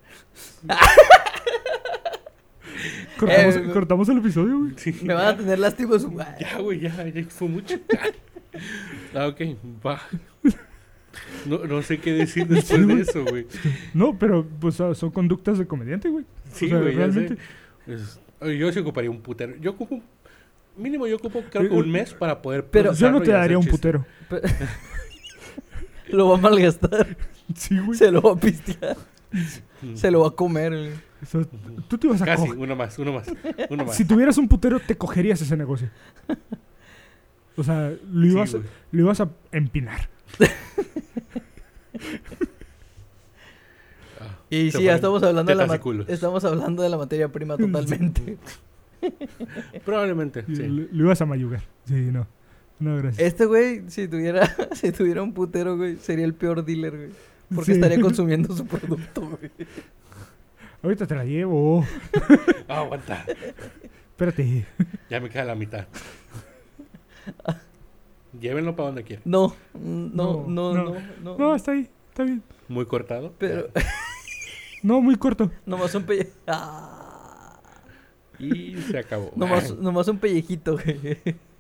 Speaker 5: Cortamos el episodio, güey.
Speaker 3: Sí.
Speaker 1: Me van a tener lástima su...
Speaker 3: Ya, güey, ya fue mucho. Ah, ok, va. No sé qué decir después de eso, güey.
Speaker 5: No, pero pues son conductas de comediante, güey.
Speaker 3: Sí,
Speaker 5: O sea,
Speaker 3: güey, ya
Speaker 5: realmente.
Speaker 3: sé. Oye, yo sí ocuparía un putero. Mínimo yo ocupo creo que un mes para poder
Speaker 1: Pero-
Speaker 5: Yo no
Speaker 3: procesarlo
Speaker 5: te
Speaker 3: y hacer
Speaker 5: daría un
Speaker 3: chiste.
Speaker 5: putero.
Speaker 1: Lo va a malgastar.
Speaker 5: Sí, güey.
Speaker 1: Se lo va a pistear.
Speaker 3: Mm.
Speaker 1: Se lo va a comer, güey.
Speaker 5: O sea, tú te ibas a
Speaker 3: Casi,
Speaker 5: coger.
Speaker 3: uno más.
Speaker 5: Si tuvieras un putero, te cogerías ese negocio. O sea, lo
Speaker 3: Sí, güey.
Speaker 5: ibas a empinar.
Speaker 3: Ah,
Speaker 1: Y
Speaker 3: se
Speaker 1: sí, ya
Speaker 3: ponen
Speaker 1: estamos hablando
Speaker 3: tetas y culos.
Speaker 1: estamos hablando de la materia prima totalmente.
Speaker 3: Probablemente, sí.
Speaker 5: Lo ibas a mayugar. Sí, no. No, gracias.
Speaker 1: Este güey, si tuviera un putero, güey, sería el peor dealer, güey. Porque
Speaker 5: Sí.
Speaker 1: estaría consumiendo su producto, güey.
Speaker 5: Ahorita te la llevo.
Speaker 3: Ah, aguanta.
Speaker 5: Espérate.
Speaker 3: Ya me queda la mitad. Llévenlo para donde quieran.
Speaker 1: No.
Speaker 5: No, hasta ahí. Está bien.
Speaker 3: Muy cortado.
Speaker 1: Pero
Speaker 5: No, muy corto.
Speaker 1: nomás un pelle...
Speaker 3: Y se acabó.
Speaker 1: nomás un pellejito, güey.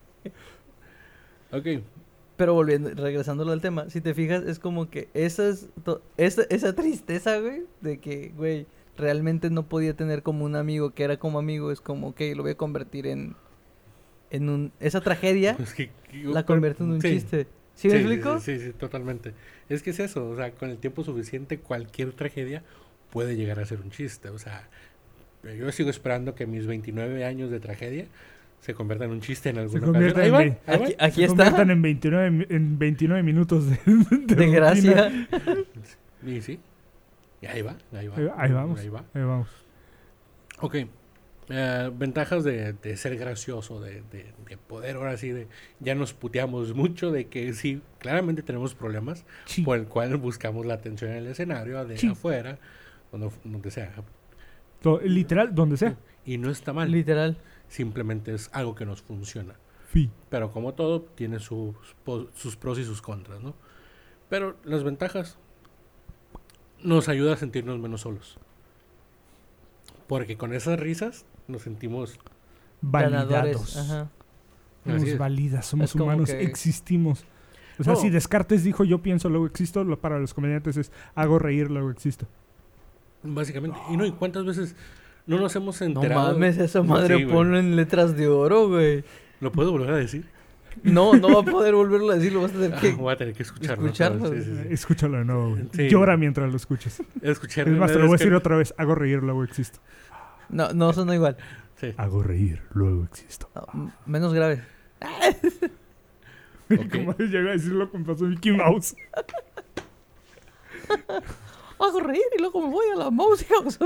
Speaker 3: Ok.
Speaker 1: Pero regresándolo al tema, si te fijas, es como que esa tristeza, güey, de que, güey, realmente no podía tener como un amigo que era como amigo, es como, ok, lo voy a convertir en esa tragedia,
Speaker 3: Es que,
Speaker 1: la convierto en un
Speaker 3: sí.
Speaker 1: chiste. ¿Sí me explico?
Speaker 3: Sí, totalmente. Es que es eso, o sea, con el tiempo suficiente cualquier tragedia puede llegar a ser un chiste, o sea, yo sigo esperando que mis 29 años de tragedia se conviertan en un chiste en
Speaker 5: Se
Speaker 3: alguna
Speaker 5: conviertan
Speaker 3: ocasión. Ahí
Speaker 5: en...
Speaker 3: va, ahí va.
Speaker 1: Aquí
Speaker 5: se
Speaker 1: está,
Speaker 5: conviertan en 29 minutos de
Speaker 1: de gracia.
Speaker 3: Y sí. Y ahí va, ahí va.
Speaker 5: Ahí vamos.
Speaker 3: Ahí va.
Speaker 5: Ahí vamos.
Speaker 3: Ok. Ventajas de ser gracioso, de poder ahora sí, ya nos puteamos mucho de que sí, claramente tenemos problemas
Speaker 5: Sí.
Speaker 3: por el cual buscamos la atención en el escenario, de
Speaker 5: Sí.
Speaker 3: afuera, donde sea.
Speaker 5: Literal, donde sea.
Speaker 3: Y no está mal,
Speaker 1: Literal.
Speaker 3: simplemente es algo que nos funciona.
Speaker 5: Fi.
Speaker 3: Pero como todo, tiene sus pros y sus contras, ¿no? Pero las ventajas nos ayuda a sentirnos menos solos. Porque con esas risas nos sentimos...
Speaker 1: Ganadores.
Speaker 5: Validados.
Speaker 1: Ajá.
Speaker 5: Somos
Speaker 3: Así es.
Speaker 5: válidas, somos
Speaker 1: Es como
Speaker 5: humanos,
Speaker 1: que-
Speaker 5: existimos. O sea,
Speaker 3: No.
Speaker 5: si Descartes dijo yo pienso, luego existo, para los comediantes es hago reír, luego existo.
Speaker 3: Básicamente. Y cuántas veces no nos hemos
Speaker 1: No
Speaker 3: enterado...
Speaker 1: mames, esa madre
Speaker 3: Sí, güey.
Speaker 1: ponlo en letras de oro, güey.
Speaker 3: ¿Lo puedo volver a decir?
Speaker 1: No va a poder volverlo a decir, lo vas a tener que...
Speaker 3: Voy a tener que escucharlo.
Speaker 1: escucharlo,
Speaker 3: otra vez, sí.
Speaker 5: Escúchalo de nuevo, güey.
Speaker 3: Sí.
Speaker 5: Llora mientras lo escuches.
Speaker 3: Escuchar,
Speaker 5: Es más, te lo voy a decir
Speaker 3: que-
Speaker 5: otra vez. Hago reír, luego existo.
Speaker 1: No suena igual.
Speaker 3: Sí.
Speaker 5: Hago reír, luego existo.
Speaker 1: No, menos grave.
Speaker 3: Ok.
Speaker 5: Como llega a decirlo con paso Mickey Mouse.
Speaker 1: Hago reír y luego me voy a la mouse house.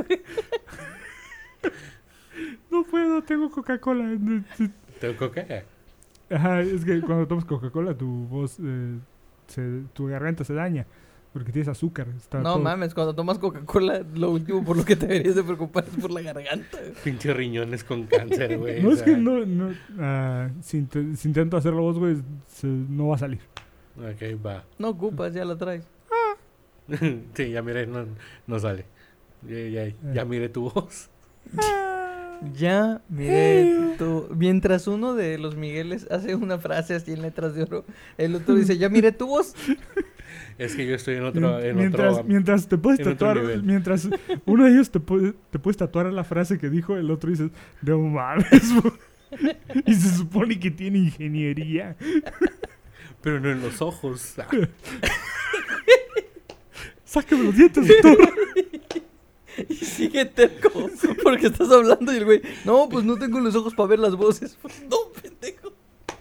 Speaker 5: No puedo, tengo Coca-Cola.
Speaker 3: ¿Tengo que?
Speaker 5: Ajá, es que cuando tomas Coca-Cola tu voz, tu garganta se daña. Porque tienes azúcar. Está
Speaker 1: No
Speaker 5: todo-
Speaker 1: mames, cuando tomas Coca-Cola, lo último por lo que te deberías de preocupar es por la garganta. Güey.
Speaker 3: Pinche riñones con cáncer, güey.
Speaker 5: No
Speaker 3: o
Speaker 5: es que
Speaker 3: sea.
Speaker 5: no si intento hacerlo vos, güey, no va a salir.
Speaker 3: Ok, va.
Speaker 1: No ocupas, ya la traes.
Speaker 3: Sí, ya miré, no sale. Ya miré tu voz.
Speaker 1: Ya, miré tu... Mientras uno de los Migueles hace una frase así en letras de oro, el otro dice, ya miré tu voz.
Speaker 3: Es que yo estoy en otro...
Speaker 5: Mientras te puedes
Speaker 3: en otro
Speaker 5: tatuar,
Speaker 3: nivel.
Speaker 5: mientras uno de ellos te puedes tatuar la frase que dijo, el otro dice, no mames, bro". Y se supone que tiene ingeniería.
Speaker 3: Pero no en los ojos.
Speaker 5: Sácame los dientes, doctor.
Speaker 1: Y sigue terco, porque estás hablando y el güey, no, pues no tengo los ojos para ver las voces. No, pendejo.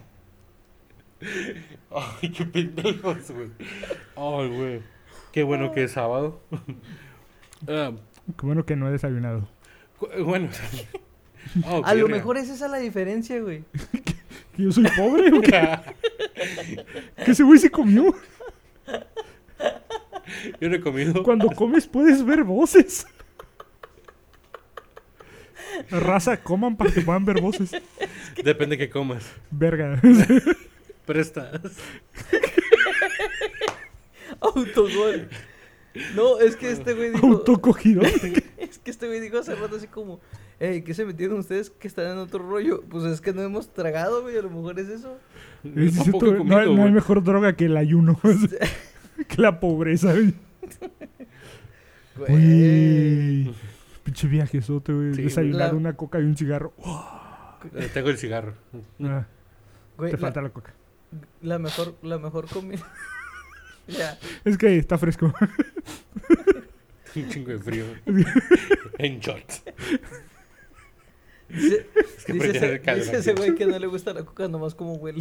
Speaker 3: Ay, qué pendejos, güey. Ay, güey. Qué bueno que es sábado. Ah,
Speaker 5: Qué bueno que no he desayunado.
Speaker 3: bueno. Oh,
Speaker 1: A lo
Speaker 3: verga.
Speaker 1: mejor es esa la diferencia, güey.
Speaker 5: ¿Que yo soy pobre o qué? ¿Que ese güey se comió?
Speaker 3: Yo no he comido.
Speaker 5: Cuando comes puedes ver voces. Raza, coman para que puedan ver voces.
Speaker 3: Depende que comas.
Speaker 5: Verga.
Speaker 3: Prestas.
Speaker 1: Autogol. No, es que este güey dijo...
Speaker 5: Autocogido.
Speaker 1: Es que este güey dijo hace rato así como, hey, ¿qué se metieron ustedes que están en otro rollo? Pues es que no hemos tragado, güey, a lo mejor es eso.
Speaker 5: Es
Speaker 3: Tampoco
Speaker 5: cierto,
Speaker 3: he
Speaker 5: no, hay,
Speaker 3: comido,
Speaker 5: no hay
Speaker 3: güey.
Speaker 5: mejor droga que el ayuno. Que la pobreza, güey.
Speaker 1: Güey.
Speaker 5: Uy, pinche viajesote, güey.
Speaker 3: Sí,
Speaker 5: Desayunar
Speaker 1: la-
Speaker 5: una coca y un cigarro.
Speaker 3: Tengo el cigarro.
Speaker 5: Ah,
Speaker 1: Güey,
Speaker 5: te falta la coca.
Speaker 1: la mejor comida. Ya.
Speaker 5: Es que está fresco.
Speaker 3: Un chingo de frío. En shorts.
Speaker 1: Dice,
Speaker 3: que
Speaker 1: dice
Speaker 3: prende el calor.
Speaker 1: ese güey que no le gusta la coca nomás como huele.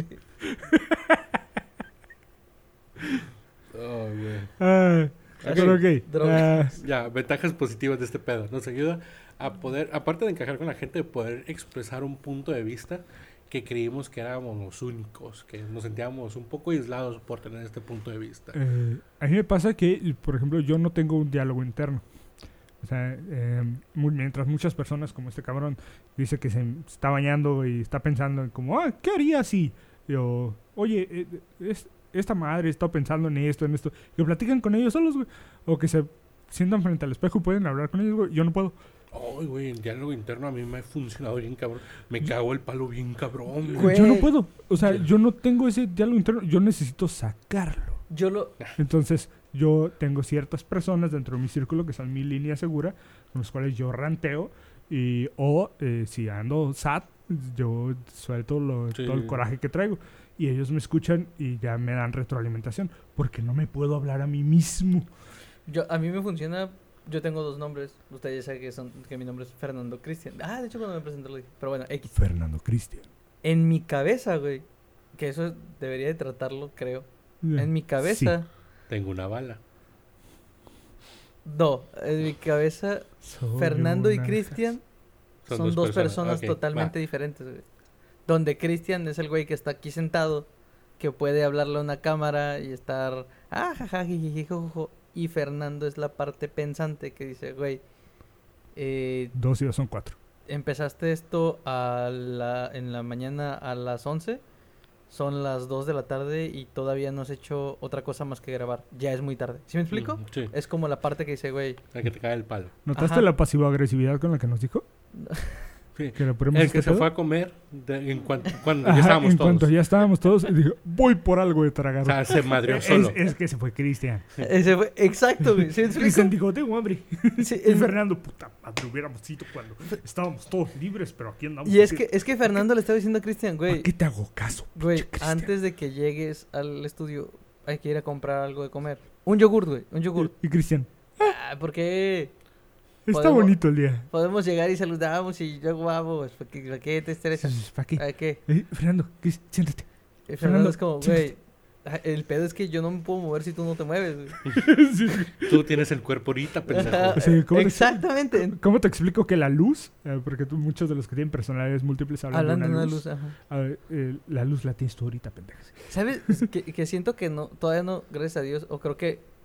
Speaker 3: Oh, güey.
Speaker 5: Ah, pero ok.
Speaker 1: Droga.
Speaker 5: Ah,
Speaker 3: Ya, ventajas positivas de este pedo. Nos ayuda a poder, aparte de encajar con la gente, poder expresar un punto de vista que creímos que éramos los únicos, que nos sentíamos un poco aislados por tener este punto de vista.
Speaker 5: a mí me pasa que, por ejemplo, yo no tengo un diálogo interno. O sea, mientras muchas personas, como este cabrón, dice que se está bañando y está pensando en como, ¿qué haría si? Yo, oye, esta madre está pensando en esto, que platican con ellos solos, güey. O que se sientan frente al espejo y pueden hablar con ellos, güey. Yo no puedo.
Speaker 3: Ay, güey, el diálogo interno a mí me ha funcionado bien cabrón. Me cago el palo bien cabrón, güey.
Speaker 1: Güey.
Speaker 5: Yo no puedo. O sea, yo no tengo ese diálogo interno. Yo necesito sacarlo.
Speaker 1: Yo lo...
Speaker 5: Entonces, yo tengo ciertas personas dentro de mi círculo que son mi línea segura, con los cuales yo ranteo. Si ando sad, yo suelto
Speaker 3: Sí.
Speaker 5: todo el coraje que traigo. Y ellos me escuchan y ya me dan retroalimentación. Porque no me puedo hablar a mí mismo.
Speaker 1: A mí me funciona... Yo tengo dos nombres. Ustedes ya saben que mi nombre es Fernando Cristian. Ah, de hecho cuando me presenté lo dije. Pero bueno, X.
Speaker 5: Fernando Cristian.
Speaker 1: En mi cabeza, güey. Que eso debería de tratarlo, creo. En mi cabeza...
Speaker 3: Tengo una bala.
Speaker 1: No, en mi cabeza...
Speaker 5: Soy
Speaker 1: Fernando y
Speaker 5: una-
Speaker 1: Cristian son dos personas
Speaker 3: Ok,
Speaker 1: totalmente
Speaker 3: va.
Speaker 1: diferentes, güey. Donde Cristian es el güey que está aquí sentado, que puede hablarle a una cámara y estar... jaja, jijiji, jojojo. Y Fernando es la parte pensante que dice, güey...
Speaker 5: 2 y 2 son 4.
Speaker 1: Empezaste esto en la mañana a las 11. Son las 2 de la tarde y todavía no has hecho otra cosa más que grabar. Ya es muy tarde. ¿Sí me explico?
Speaker 3: Sí,
Speaker 1: Es como la parte que dice, güey...
Speaker 3: el que te cae el palo.
Speaker 5: ¿Notaste
Speaker 1: Ajá.
Speaker 5: la pasivo-agresividad con la que nos dijo?
Speaker 3: Sí.
Speaker 5: Que le ponemos
Speaker 3: El que
Speaker 5: este
Speaker 3: se fue
Speaker 5: pedo.
Speaker 3: a comer cuando ya
Speaker 5: Ajá,
Speaker 3: estábamos
Speaker 5: en
Speaker 3: todos.
Speaker 5: cuanto ya estábamos todos, dijo, voy por algo de
Speaker 3: O
Speaker 5: tragar.
Speaker 3: sea, se madrió solo.
Speaker 5: Es que se fue Cristian.
Speaker 1: Ese fue... Exacto, güey. ¿Sí me explico?
Speaker 5: Cristian dijo, tengo hambre.
Speaker 1: Sí,
Speaker 5: Y
Speaker 1: es-
Speaker 5: Fernando, puta madre, hubiéramos ido cuando estábamos todos libres, pero aquí andamos.
Speaker 1: Y es
Speaker 5: así.
Speaker 1: que Fernando le estaba diciendo a Cristian,
Speaker 5: ¿Por
Speaker 1: güey,
Speaker 5: qué te hago caso?
Speaker 1: güey,
Speaker 5: pinche Cristian?
Speaker 1: antes de que llegues al estudio, hay que ir a comprar algo de comer. Un yogurt, güey, un yogurt.
Speaker 5: Y Cristian,
Speaker 1: ¿Por qué?
Speaker 5: está
Speaker 1: Podemos-
Speaker 5: bonito el día.
Speaker 1: Podemos llegar y saludamos y yo vamos. ¿Para qué te estresas?
Speaker 5: ¿Para qué?
Speaker 1: ¿Para qué?
Speaker 5: Fernando, siéntate.
Speaker 1: Y
Speaker 5: Fernando,
Speaker 1: Fernando es como,
Speaker 5: siéntate.
Speaker 1: güey, el pedo es que yo no me puedo mover si tú no te mueves, güey.
Speaker 5: Sí.
Speaker 3: Tú tienes el cuerpo ahorita, pendejo.
Speaker 1: Ajá,
Speaker 5: Sí, ¿cómo te-
Speaker 1: exactamente.
Speaker 5: ¿Cómo te explico que la luz, porque muchos de los que tienen personalidades múltiples hablan
Speaker 1: Hablando
Speaker 5: de
Speaker 1: de
Speaker 5: una
Speaker 1: una
Speaker 5: luz,
Speaker 1: luz, ajá.
Speaker 5: a ver, la luz la tienes tú ahorita, pendeja.
Speaker 1: ¿Sabes? Que siento que no, todavía no, gracias a Dios, o creo que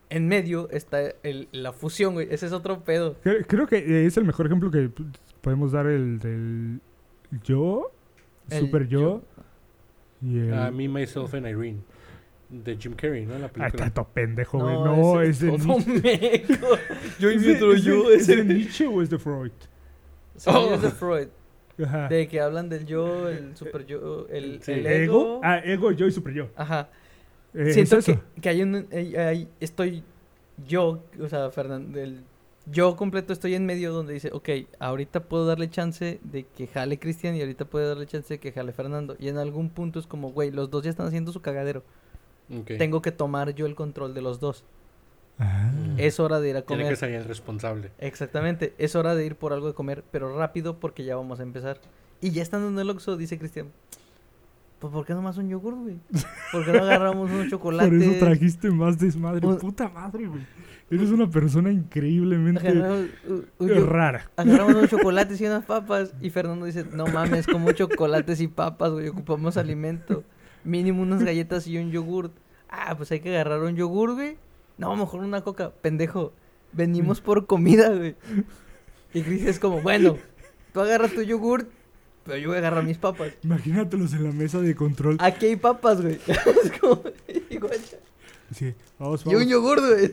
Speaker 1: en medio está la fusión, güey. Ese es otro pedo.
Speaker 5: Creo que es el mejor ejemplo que podemos dar el del yo,
Speaker 1: El
Speaker 5: super yo. Y el...
Speaker 3: Me, Myself and Irene. De Jim Carrey, ¿no? La
Speaker 5: Ah,
Speaker 3: película.
Speaker 5: está todo pendejo, güey. No, es de
Speaker 1: todo
Speaker 5: Nietzsche.
Speaker 1: meco. Yo y
Speaker 5: ¿Es
Speaker 1: mi
Speaker 5: de-
Speaker 1: otro
Speaker 5: es de-
Speaker 1: yo.
Speaker 5: ¿Es de Nietzsche o es de Freud?
Speaker 1: Según yo es de Freud.
Speaker 5: Ajá.
Speaker 1: De que hablan del yo, el super yo,
Speaker 3: Sí.
Speaker 1: el
Speaker 5: ¿Ego?
Speaker 1: ego.
Speaker 5: Ah, ego, yo y super yo.
Speaker 1: Ajá.
Speaker 5: ¿Es
Speaker 1: Siento
Speaker 5: eso?
Speaker 1: que hay ahí estoy yo, o sea, Fernando, el yo completo estoy en medio donde dice, ok, ahorita puedo darle chance de que jale Cristian y ahorita puedo darle chance de que jale Fernando. Y en algún punto es como, güey, los dos ya están haciendo su cagadero.
Speaker 3: Ok.
Speaker 1: Tengo que tomar yo el control de los dos.
Speaker 5: Ah.
Speaker 1: Es hora de ir a
Speaker 3: Tiene que
Speaker 1: comer.
Speaker 3: ser el responsable.
Speaker 1: Exactamente, es hora de ir por algo de comer, pero rápido porque ya vamos a empezar. Y ya estando en el Oxxo, dice Cristian, pues ¿por qué nomás un yogur, güey? ¿Por qué no agarramos unos chocolates?
Speaker 5: Por eso trajiste más desmadre.
Speaker 1: Un-
Speaker 5: Puta madre, güey. Eres una persona increíblemente
Speaker 1: Agarramos,
Speaker 5: rara.
Speaker 1: agarramos unos chocolates y unas papas. Y Fernando dice, no mames, como chocolates y papas, güey, ocupamos alimento. Mínimo unas galletas y un yogur. Ah, pues hay que agarrar un yogur, güey. No, mejor una coca. Pendejo, venimos por comida, güey. Y Cristian es como, bueno, tú agarras tu yogur, pero yo voy a agarrar mis papas.
Speaker 5: Imagínatelos en la mesa de control.
Speaker 1: Aquí hay papas, güey. Es como, igual.
Speaker 5: Sí, vamos,
Speaker 1: Y un
Speaker 5: vamos.
Speaker 1: yogur, güey.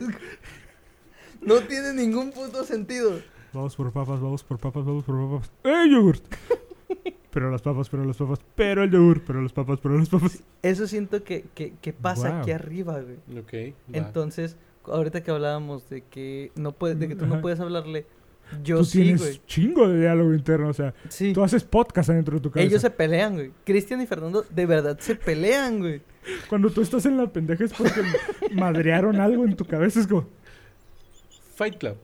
Speaker 1: No tiene ningún puto sentido.
Speaker 5: Vamos por papas, vamos por papas, vamos por papas. ¡Eh, yogur! Pero las papas, pero las papas, pero el yogur, pero las papas, pero las papas.
Speaker 1: Eso siento que pasa
Speaker 5: Wow.
Speaker 1: aquí arriba, güey.
Speaker 3: Ok. Va.
Speaker 1: Entonces, ahorita que hablábamos de que no puedes, de que tú no
Speaker 5: Ajá.
Speaker 1: puedes hablarle, yo
Speaker 5: Tú
Speaker 1: sí,
Speaker 5: tienes
Speaker 1: güey.
Speaker 5: chingo de diálogo interno, o sea,
Speaker 1: Sí.
Speaker 5: tú haces podcast adentro de tu cabeza.
Speaker 1: Ellos se pelean, güey. Cristian y Fernando de verdad se pelean, güey.
Speaker 5: Cuando tú estás en la pendeja es porque madrearon algo en tu cabeza, es como...
Speaker 3: Fight Club.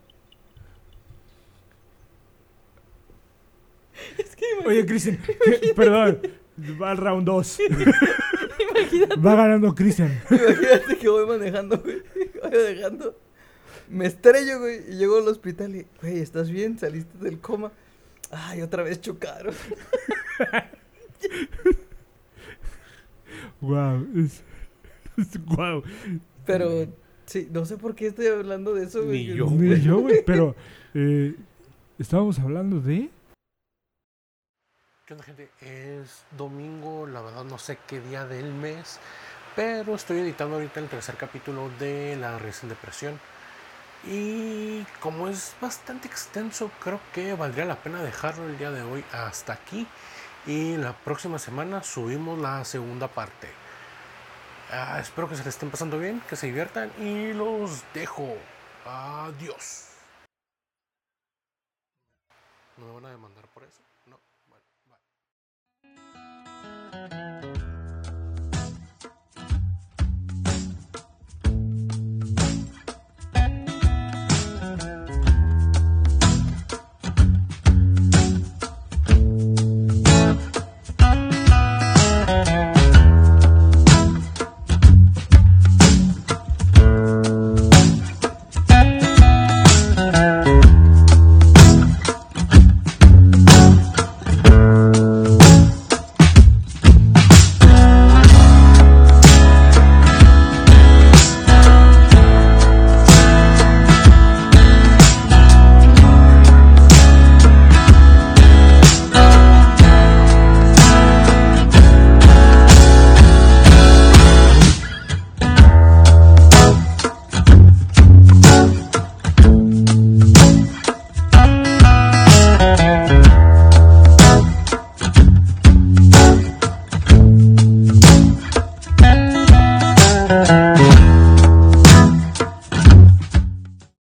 Speaker 5: Oye, Cristian, perdón, va al round 2. Va ganando Cristian.
Speaker 1: Imagínate que voy manejando, güey. Voy manejando. Me estrello, güey. Y llego al hospital y, güey, ¿estás bien? ¿Saliste del coma? Ay, otra vez chocaron.
Speaker 5: Wow, wow.
Speaker 1: Pero, sí, no sé por qué estoy hablando de eso, güey.
Speaker 3: Ni yo.
Speaker 5: Ni yo, güey, pero estábamos hablando de...
Speaker 3: ¿Qué onda, gente? Es domingo, la verdad no sé qué día del mes, pero estoy editando ahorita el tercer capítulo de La Risa en Depresión. Y como es bastante extenso, creo que valdría la pena dejarlo el día de hoy hasta aquí. Y la próxima semana subimos la segunda parte. Espero que se le estén pasando bien, que se diviertan y los dejo. Adiós. ¿No me van a demandar por eso?